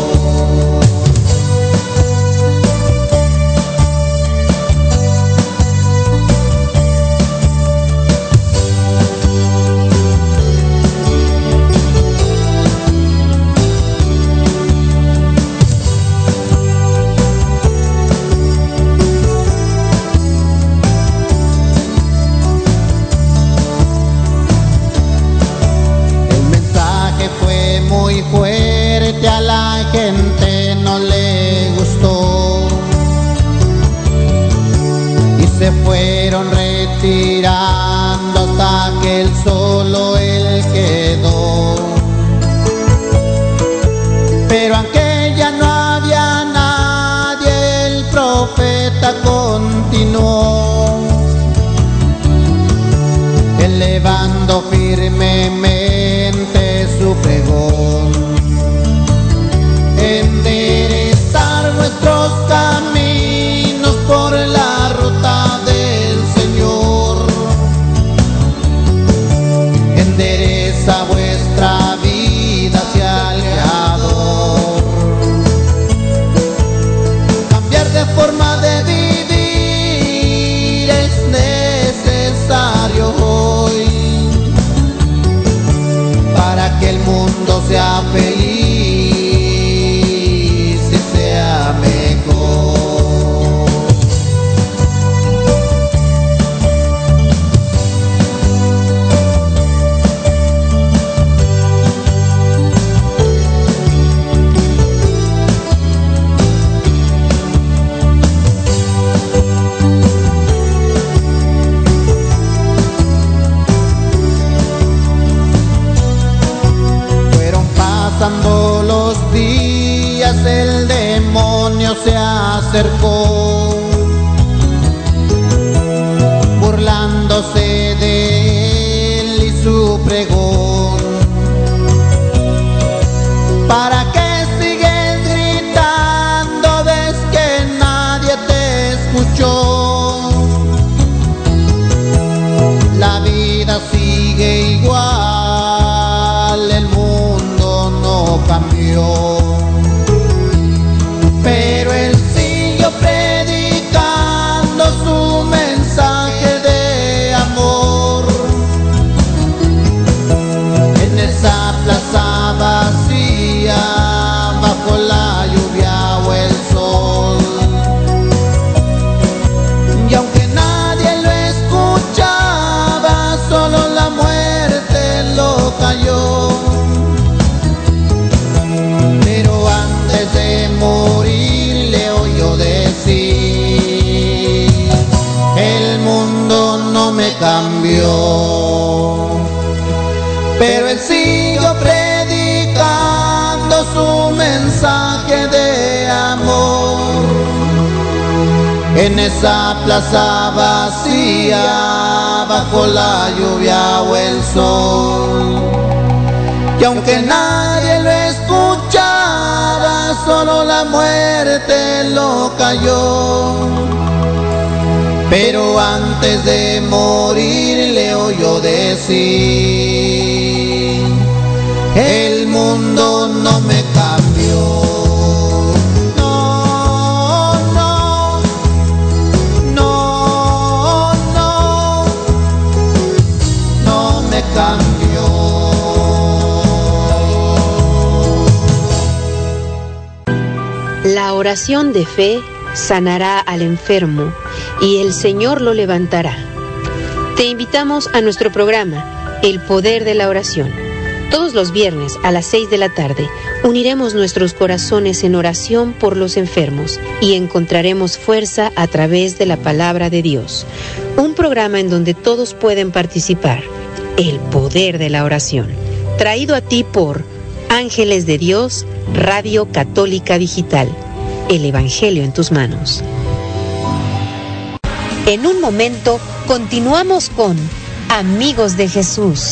se fueron retirando hasta que él solo él quedó. Pero aunque ya no había nadie, el profeta continuó, elevando firmemente su pregón. Enderezar vuestros caminos por la ruta del Señor. Endereza vuestra vida hacia el Creador. Cambiar de forma de vivir es necesario hoy para que el mundo sea feliz y sea mejor. Pasando los días, el demonio se acercó, burlándose de él y su pregón. ¿Para qué sigues gritando? ¿Ves que nadie te escuchó? La vida sigue igual, el mundo no cambió, pero él siguió predicando su mensaje de amor en esa plaza vacía, bajo la lluvia o el sol. Y aunque nadie lo escuchaba, solo la muerte lo cayó. Morir le oyó decir: el mundo no me cambió, pero él siguió predicando su mensaje de amor en esa plaza vacía, bajo la lluvia o el sol. Y aunque nadie lo escuchaba, solo la muerte lo cayó. Pero antes de morir le oyó decir: el mundo no me cambió. No, no, no, no, no me cambió. La oración de fe sanará al enfermo y el Señor lo levantará. Te invitamos a nuestro programa, El Poder de la Oración. Todos los viernes a las 6 de la tarde uniremos nuestros corazones en oración por los enfermos y encontraremos fuerza a través de la palabra de Dios. Un programa en donde todos pueden participar. El Poder de la Oración. Traído a ti por Ángeles de Dios, Radio Católica Digital. El Evangelio en tus manos. En un momento continuamos con Amigos de Jesús.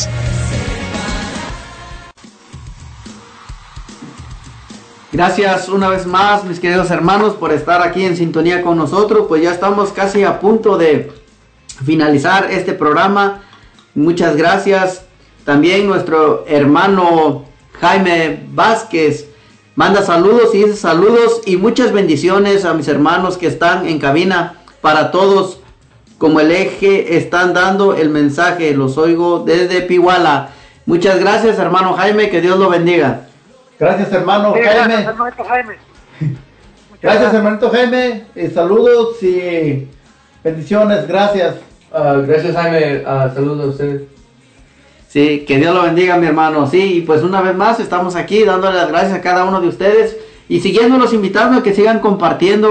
Gracias una vez más, mis queridos hermanos, por estar aquí en sintonía con nosotros. Pues ya estamos casi a punto de finalizar este programa. Muchas gracias. También nuestro hermano Jaime Vázquez manda saludos y dice saludos y muchas bendiciones a mis hermanos que están en cabina. Para todos, como el eje, están dando el mensaje. Los oigo desde Pihuala. Muchas gracias, hermano Jaime, que Dios lo bendiga. Gracias, hermano Jaime. Gracias, hermanito Jaime. Gracias, hermanito Jaime. Saludos y bendiciones. Gracias. Gracias, Jaime. Saludos a ustedes. Sí, que Dios lo bendiga, mi hermano. Sí, y pues una vez más estamos aquí dándole las gracias a cada uno de ustedes y siguiéndolos, invitando a que sigan compartiendo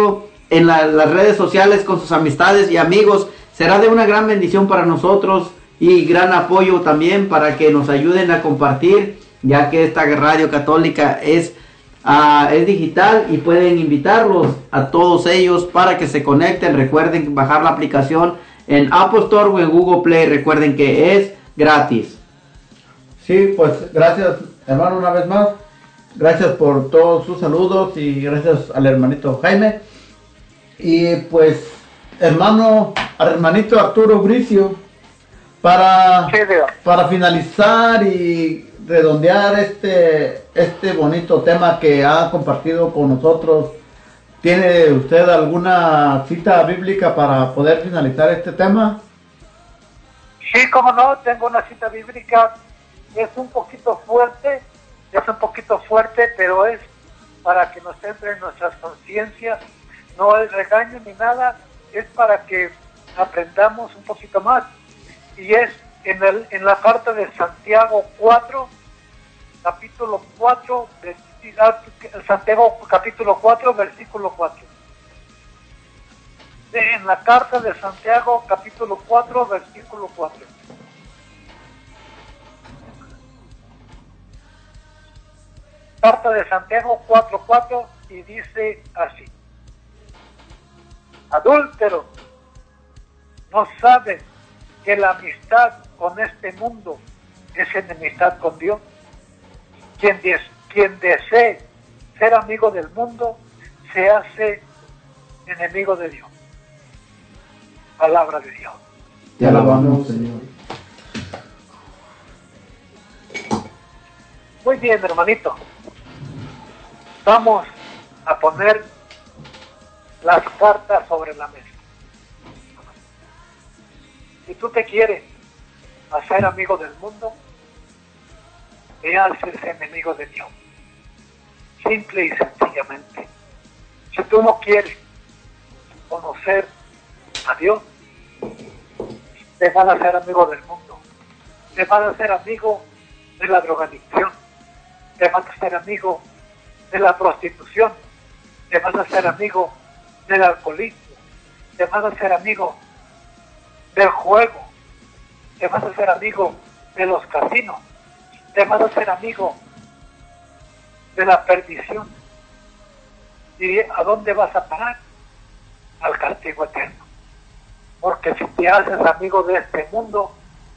en las redes sociales con sus amistades y amigos. Será de una gran bendición para nosotros y gran apoyo también para que nos ayuden a compartir, ya que esta radio católica es digital y pueden invitarlos a todos ellos para que se conecten. Recuerden bajar la aplicación en Apple Store o en Google Play. Recuerden que es gratis. Sí, pues gracias, hermano, una vez más. Gracias por todos sus saludos y gracias al hermanito Jaime. Y pues, al hermanito Arturo Bricio, para finalizar y redondear este bonito tema que ha compartido con nosotros, ¿tiene usted alguna cita bíblica para poder finalizar este tema? Sí, como no, tengo una cita bíblica. Es un poquito fuerte, pero es para que nos entre en nuestras conciencias. No es regaño ni nada, es para que aprendamos un poquito más. Y es en la carta de Santiago 4, capítulo 4, Santiago capítulo 4, versículo 4. En la carta de Santiago capítulo 4, versículo 4. Carta de Santiago 4:4 y dice así: adúltero, ¿no sabes que la amistad con este mundo es enemistad con Dios? Quien desee ser amigo del mundo se hace enemigo de Dios. Palabra de Dios. Te alabamos, Señor. Muy bien, hermanito. Vamos a poner las cartas sobre la mesa. Si tú te quieres hacer amigo del mundo, te haces enemigo de Dios. Simple y sencillamente. Si tú no quieres conocer a Dios, te van a hacer amigo del mundo. Te van a hacer amigo de la drogadicción. Te van a hacer amigo de la prostitución. Te van a hacer amigo del alcoholismo. Te van a hacer amigo del juego. Te vas a hacer amigo de los casinos. Te vas a hacer amigo de la perdición. ¿Y a dónde vas a parar? Al castigo eterno. Porque si te haces amigo de este mundo,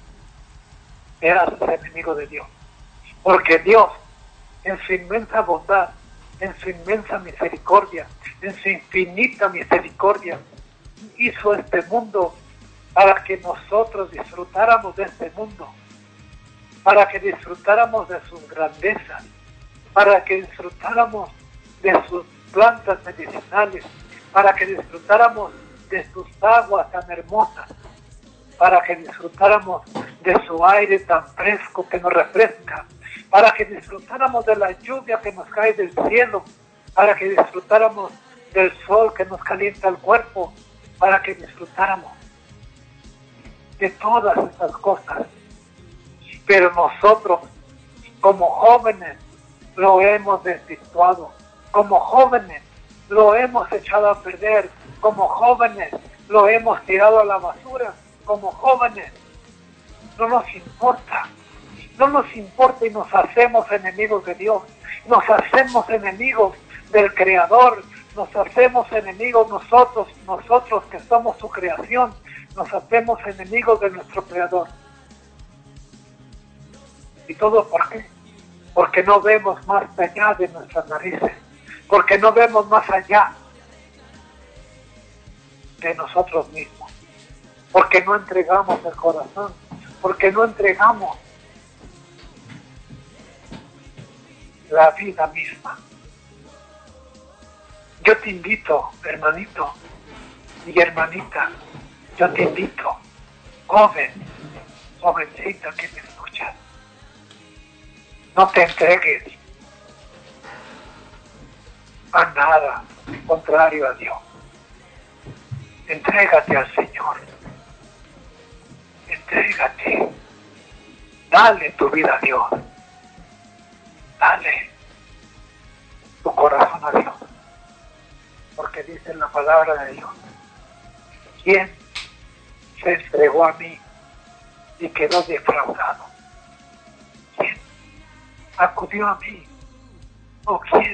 te haces enemigo de Dios. Porque Dios, en su inmensa bondad, en su inmensa misericordia, en su infinita misericordia, hizo este mundo para que nosotros disfrutáramos de este mundo, para que disfrutáramos de sus grandezas, para que disfrutáramos de sus plantas medicinales, para que disfrutáramos de sus aguas tan hermosas, para que disfrutáramos de su aire tan fresco que nos refresca, para que disfrutáramos de la lluvia que nos cae del cielo, para que disfrutáramos del sol que nos calienta el cuerpo, para que disfrutáramos de todas esas cosas. Pero nosotros, como jóvenes, lo hemos desvirtuado, como jóvenes lo hemos echado a perder, como jóvenes lo hemos tirado a la basura, como jóvenes no nos importa y nos hacemos enemigos de Dios, nos hacemos enemigos del Creador, nos hacemos enemigos nosotros que somos su creación, nos hacemos enemigos de nuestro Creador. ¿Y todo por qué? Porque no vemos más allá de nuestras narices, porque no vemos más allá de nosotros mismos, porque no entregamos el corazón, porque no entregamos la vida misma. Yo te invito, hermanito y hermanita, yo te invito, jovencita que me escuchas, no te entregues a nada contrario a Dios. Entrégate al Señor. Entrégate. Dale tu vida a Dios. Dale tu corazón a Dios. Porque que dice la palabra de Dios. ¿Quién se entregó a mí y quedó defraudado? ¿Quién acudió a mí? ¿O quién?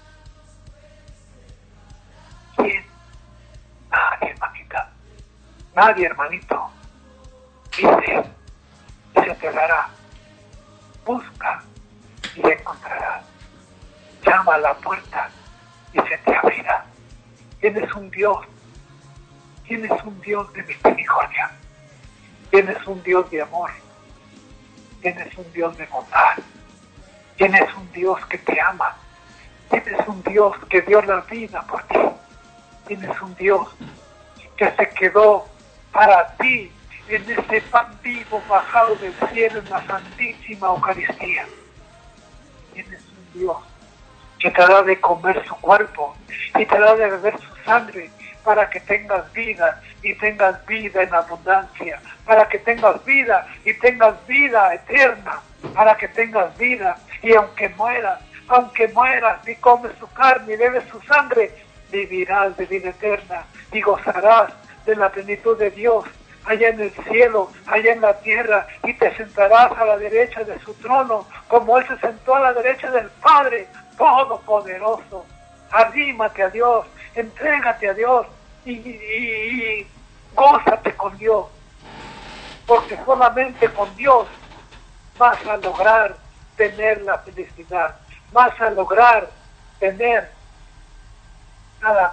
¿Quién? Nadie, hermanita. Nadie, hermanito. Dice, se te dará. Busca y encontrarás. Llama a la puerta y se te abrirá. Tienes un Dios. Tienes un Dios de misericordia. Tienes un Dios de amor. Tienes un Dios de bondad. Tienes un Dios que te ama. Tienes un Dios que dio la vida por ti. Tienes un Dios que se quedó para ti en ese pan vivo bajado del cielo en la Santísima Eucaristía. Tienes un Dios que te da de comer su cuerpo y te da de beber su sangre para que tengas vida y tengas vida en abundancia, para que tengas vida y tengas vida eterna, para que tengas vida y aunque mueras y comes su carne y bebes su sangre, vivirás de vida eterna y gozarás de la plenitud de Dios allá en el cielo, allá en la tierra, y te sentarás a la derecha de su trono, como Él se sentó a la derecha del Padre Todopoderoso. Arrímate a Dios, entrégate a Dios y gózate con Dios, porque solamente con Dios vas a lograr tener la felicidad, vas a lograr tener cada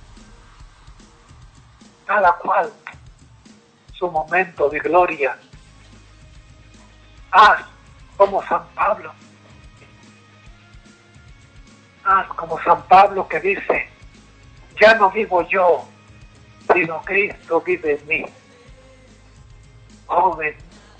cual su momento de gloria. Haz como San Pablo. Haz como San Pablo que dice, ya no vivo yo, sino Cristo vive en mí. Joven,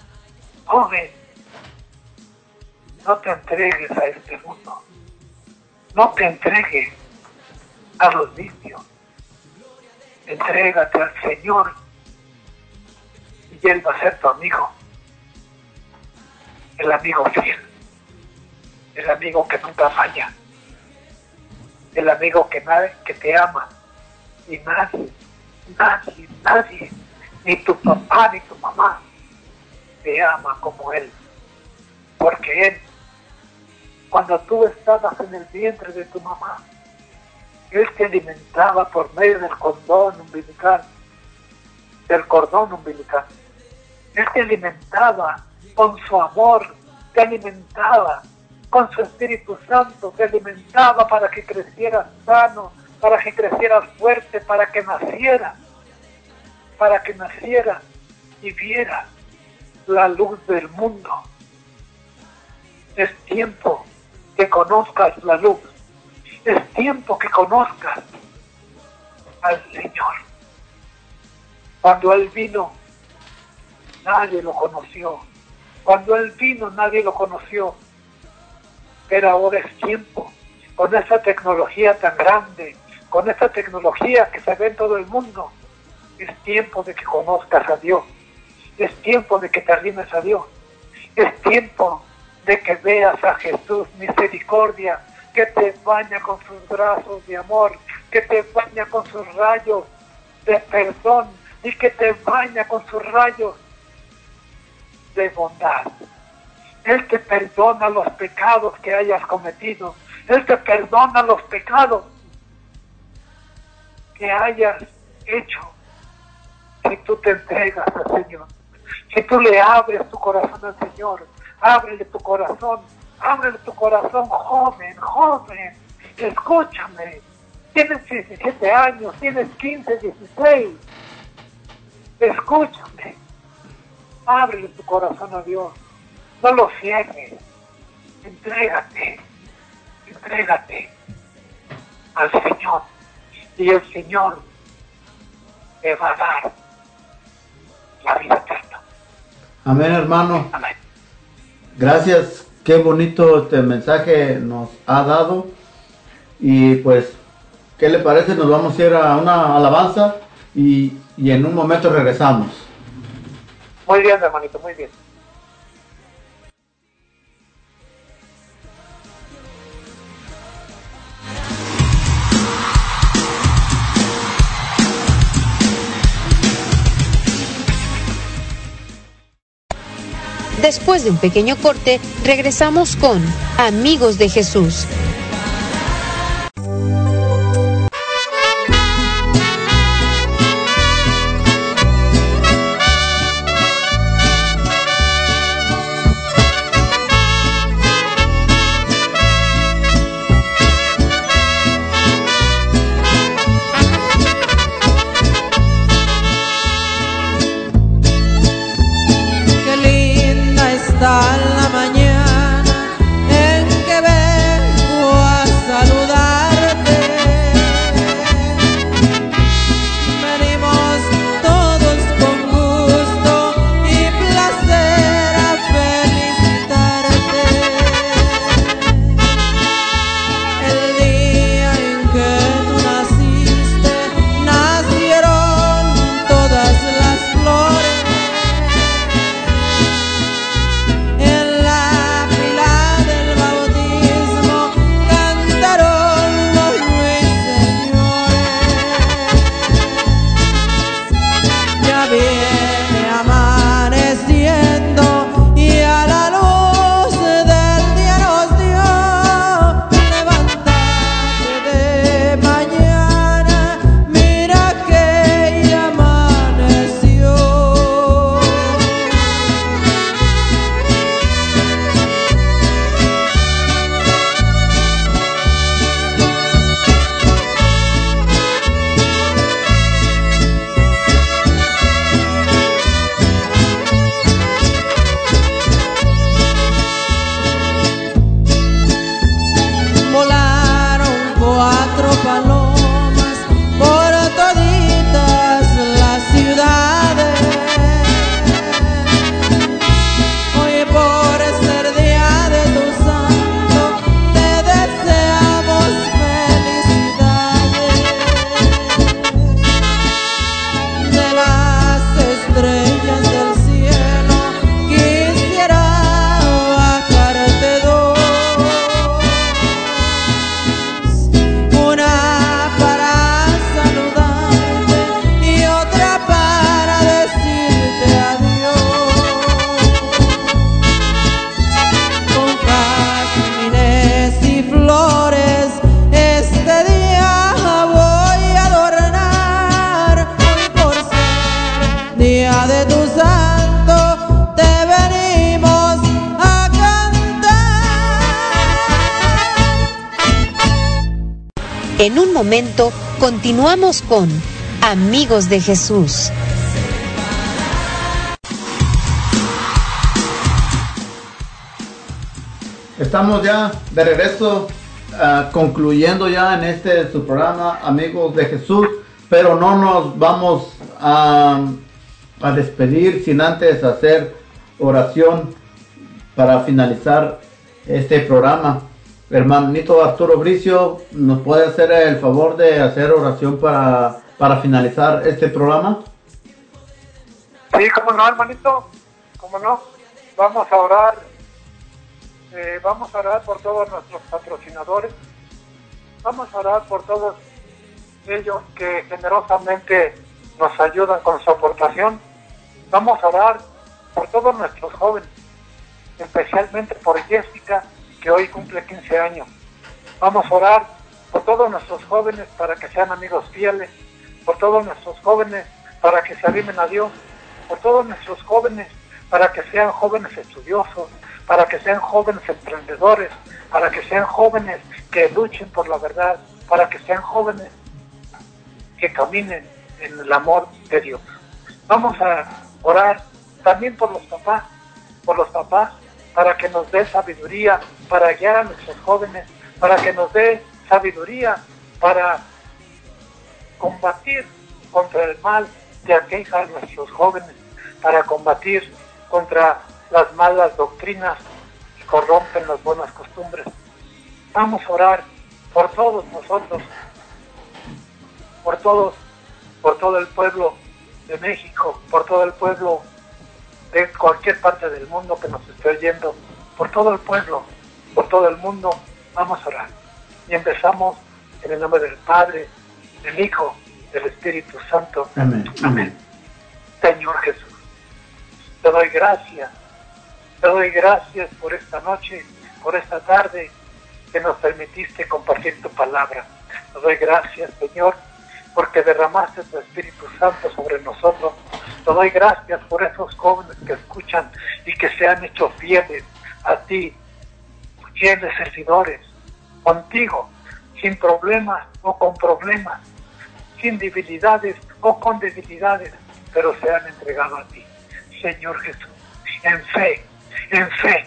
no te entregues a este mundo. No te entregues a los vicios. Entrégate al Señor y Él va a ser tu amigo. El amigo fiel. El amigo que nunca falla. El amigo que te ama. Y nadie, ni tu papá ni tu mamá, te ama como Él. Porque Él, cuando tú estabas en el vientre de tu mamá, Él te alimentaba por medio del cordón umbilical. Él te alimentaba con su amor, te alimentaba con su Espíritu Santo, te alimentaba para que crecieras sano, para que crecieras fuerte, para que nacieras y vieras la luz del mundo. Es tiempo que conozcas la luz. Es tiempo que conozcas al Señor. Cuando Él vino, nadie lo conoció. Pero ahora es tiempo, con esa tecnología tan grande, con esa tecnología que se ve en todo el mundo, es tiempo de que conozcas a Dios. Es tiempo de que te arrimes a Dios. Es tiempo de que veas a Jesús misericordia, que te baña con sus brazos de amor, que te baña con sus rayos de perdón y que te baña con sus rayos de bondad. Él te perdona los pecados que hayas cometido. Él te perdona los pecados que hayas hecho. Si tú te entregas al Señor, si tú le abres tu corazón al Señor, ábrele tu corazón, joven, escúchame. Tienes 17 años, tienes 15, 16. Escúchame. Ábrele tu corazón a Dios. No lo cierres. Entrégate al Señor. Y el Señor te va a dar la vida eterna. Amén, hermano. Amén. Gracias, qué bonito este mensaje nos ha dado. Y pues, ¿qué le parece? Nos vamos a ir a una alabanza y en un momento regresamos. Muy bien, hermanito, muy bien. Después de un pequeño corte, regresamos con Amigos de Jesús. La mañana en que vengo a saludarte, venimos todos con gusto y placer a felicitarte. El día en que tú naciste, nacieron todas las flores. En un momento, continuamos con Amigos de Jesús. Estamos ya de regreso, concluyendo ya en su programa Amigos de Jesús, pero no nos vamos a despedir sin antes hacer oración para finalizar este programa. Hermanito Arturo Bricio, ¿nos puede hacer el favor de hacer oración para finalizar este programa? Sí, cómo no, hermanito, cómo no. Vamos a orar por todos nuestros patrocinadores. Vamos a orar por todos ellos que generosamente nos ayudan con su aportación. Vamos a orar por todos nuestros jóvenes, especialmente por Jessica, que hoy cumple 15 años. Vamos a orar por todos nuestros jóvenes para que sean amigos fieles, por todos nuestros jóvenes para que se arrimen a Dios, por todos nuestros jóvenes para que sean jóvenes estudiosos, para que sean jóvenes emprendedores, para que sean jóvenes que luchen por la verdad, para que sean jóvenes que caminen en el amor de Dios. Vamos a orar también por los papás, para que nos dé sabiduría para guiar a nuestros jóvenes, para que nos dé sabiduría para combatir contra el mal que aqueja a nuestros jóvenes, para combatir contra las malas doctrinas que corrompen las buenas costumbres. Vamos a orar por todos nosotros, por todo el pueblo de México, por todo el pueblo de cualquier parte del mundo que nos esté oyendo, por todo el pueblo, por todo el mundo. Vamos a orar. Y empezamos en el nombre del Padre, del Hijo, del Espíritu Santo. Amén. Amén. Señor Jesús, te doy gracias Te doy gracias por esta noche, por esta tarde que nos permitiste compartir tu palabra. Te doy gracias, Señor, porque derramaste tu Espíritu Santo sobre nosotros. Te doy gracias por esos jóvenes que escuchan y que se han hecho fieles a ti, fieles servidores, contigo, sin problemas o con problemas, sin debilidades o con debilidades, pero se han entregado a ti, Señor Jesús, en fe, en fe,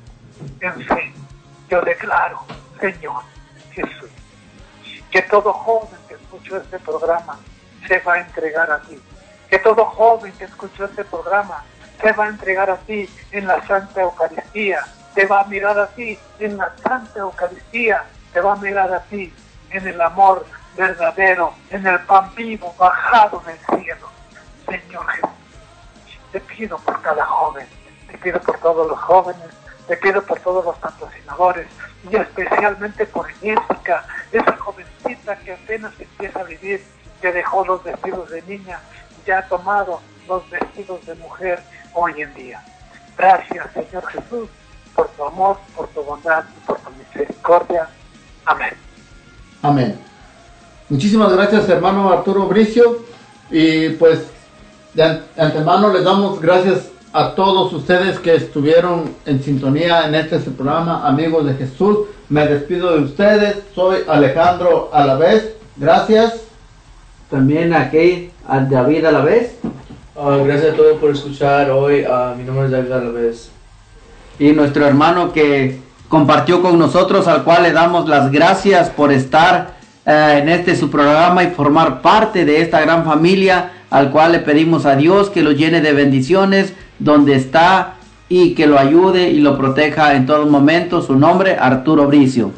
en fe. Yo declaro, Señor Jesús, que todo joven que escuchó este programa se va a entregar a ti, que todo joven que escuchó este programa se va a entregar a ti en la Santa Eucaristía, te va a mirar a ti en la Santa Eucaristía, te va a mirar a ti en el amor verdadero, en el pan vivo bajado del cielo. Señor Jesús, te pido por cada joven, te pido por todos los jóvenes, te pido por todos los patrocinadores y especialmente por Jessica, esa jovencita que apenas empieza a vivir, que dejó los vestidos de niña y ya ha tomado los vestidos de mujer hoy en día. Gracias, Señor Jesús, por tu amor, por tu bondad y por tu misericordia. Amén. Amén. Muchísimas gracias, hermano Arturo Bricio, y pues de antemano les damos gracias a todos ustedes que estuvieron en sintonía en este programa, amigos de Jesús. Me despido de ustedes, soy Alejandro Alavés, gracias. También aquí a David Alavés. Gracias a todos por escuchar hoy. Mi nombre es David Alavés. Y nuestro hermano que compartió con nosotros, al cual le damos las gracias por estar en este su programa y formar parte de esta gran familia, al cual le pedimos a Dios que lo llene de bendiciones donde está y que lo ayude y lo proteja en todo momento. Su nombre, Arturo Bricio.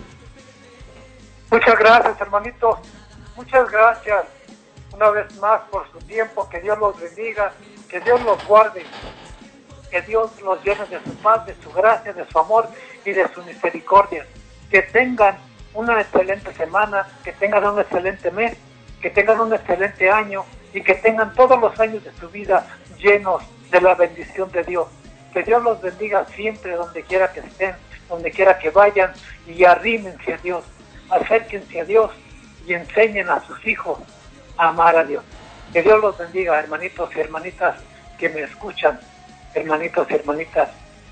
Muchas gracias, hermanitos. Muchas gracias una vez más por su tiempo. Que Dios los bendiga, que Dios los guarde, que Dios los llene de su paz, de su gracia, de su amor y de su misericordia. Que tengan una excelente semana, que tengan un excelente mes, que tengan un excelente año y que tengan todos los años de su vida llenos de la bendición de Dios. Que Dios los bendiga siempre, donde quiera que estén, donde quiera que vayan, y arrímense a Dios, acérquense a Dios y enseñen a sus hijos a amar a Dios. Que Dios los bendiga, hermanitos y hermanitas que me escuchan, hermanitos y hermanitas.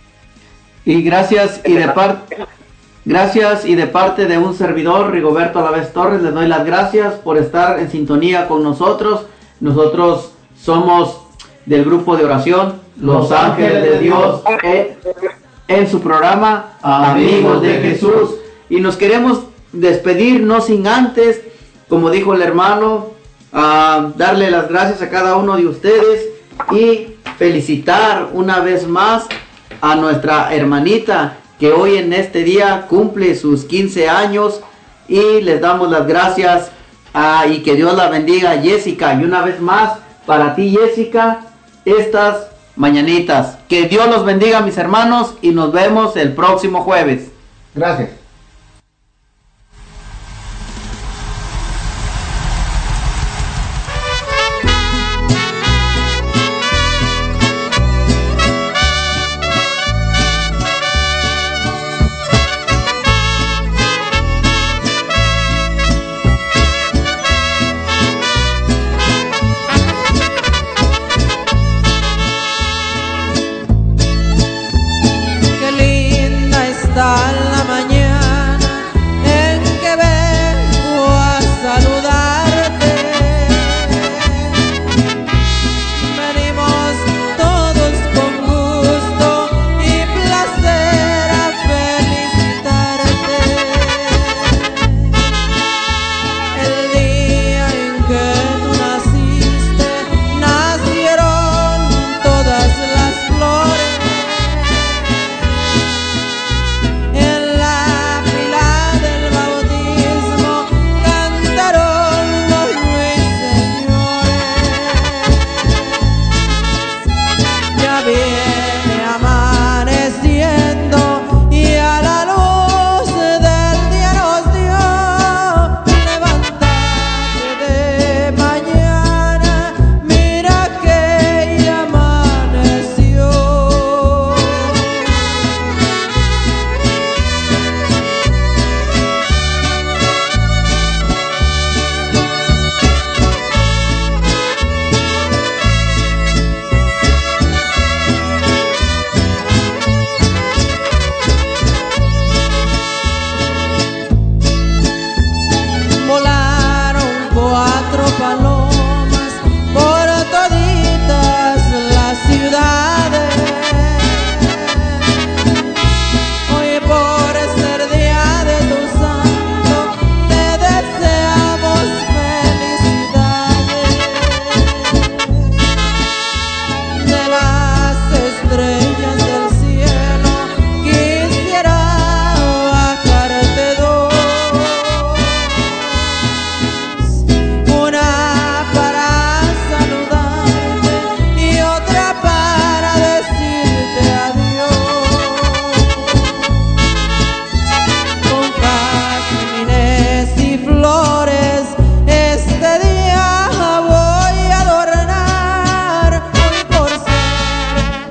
Y gracias y de parte de un servidor, Rigoberto Alavés Torres, les doy las gracias por estar en sintonía con nosotros. Nosotros somos del grupo de oración Los Ángeles de Dios en su programa Amigos de Jesús, y nos queremos despedir no sin antes, como dijo el hermano, darle las gracias a cada uno de ustedes y felicitar una vez más a nuestra hermanita que hoy en este día cumple sus 15 años, y les damos las gracias y que Dios la bendiga, Jessica. Y una vez más para ti, Jessica, estas mañanitas. Que Dios los bendiga, mis hermanos, y nos vemos el próximo jueves. Gracias. Qué linda está la mañana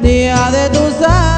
día de tu salvación.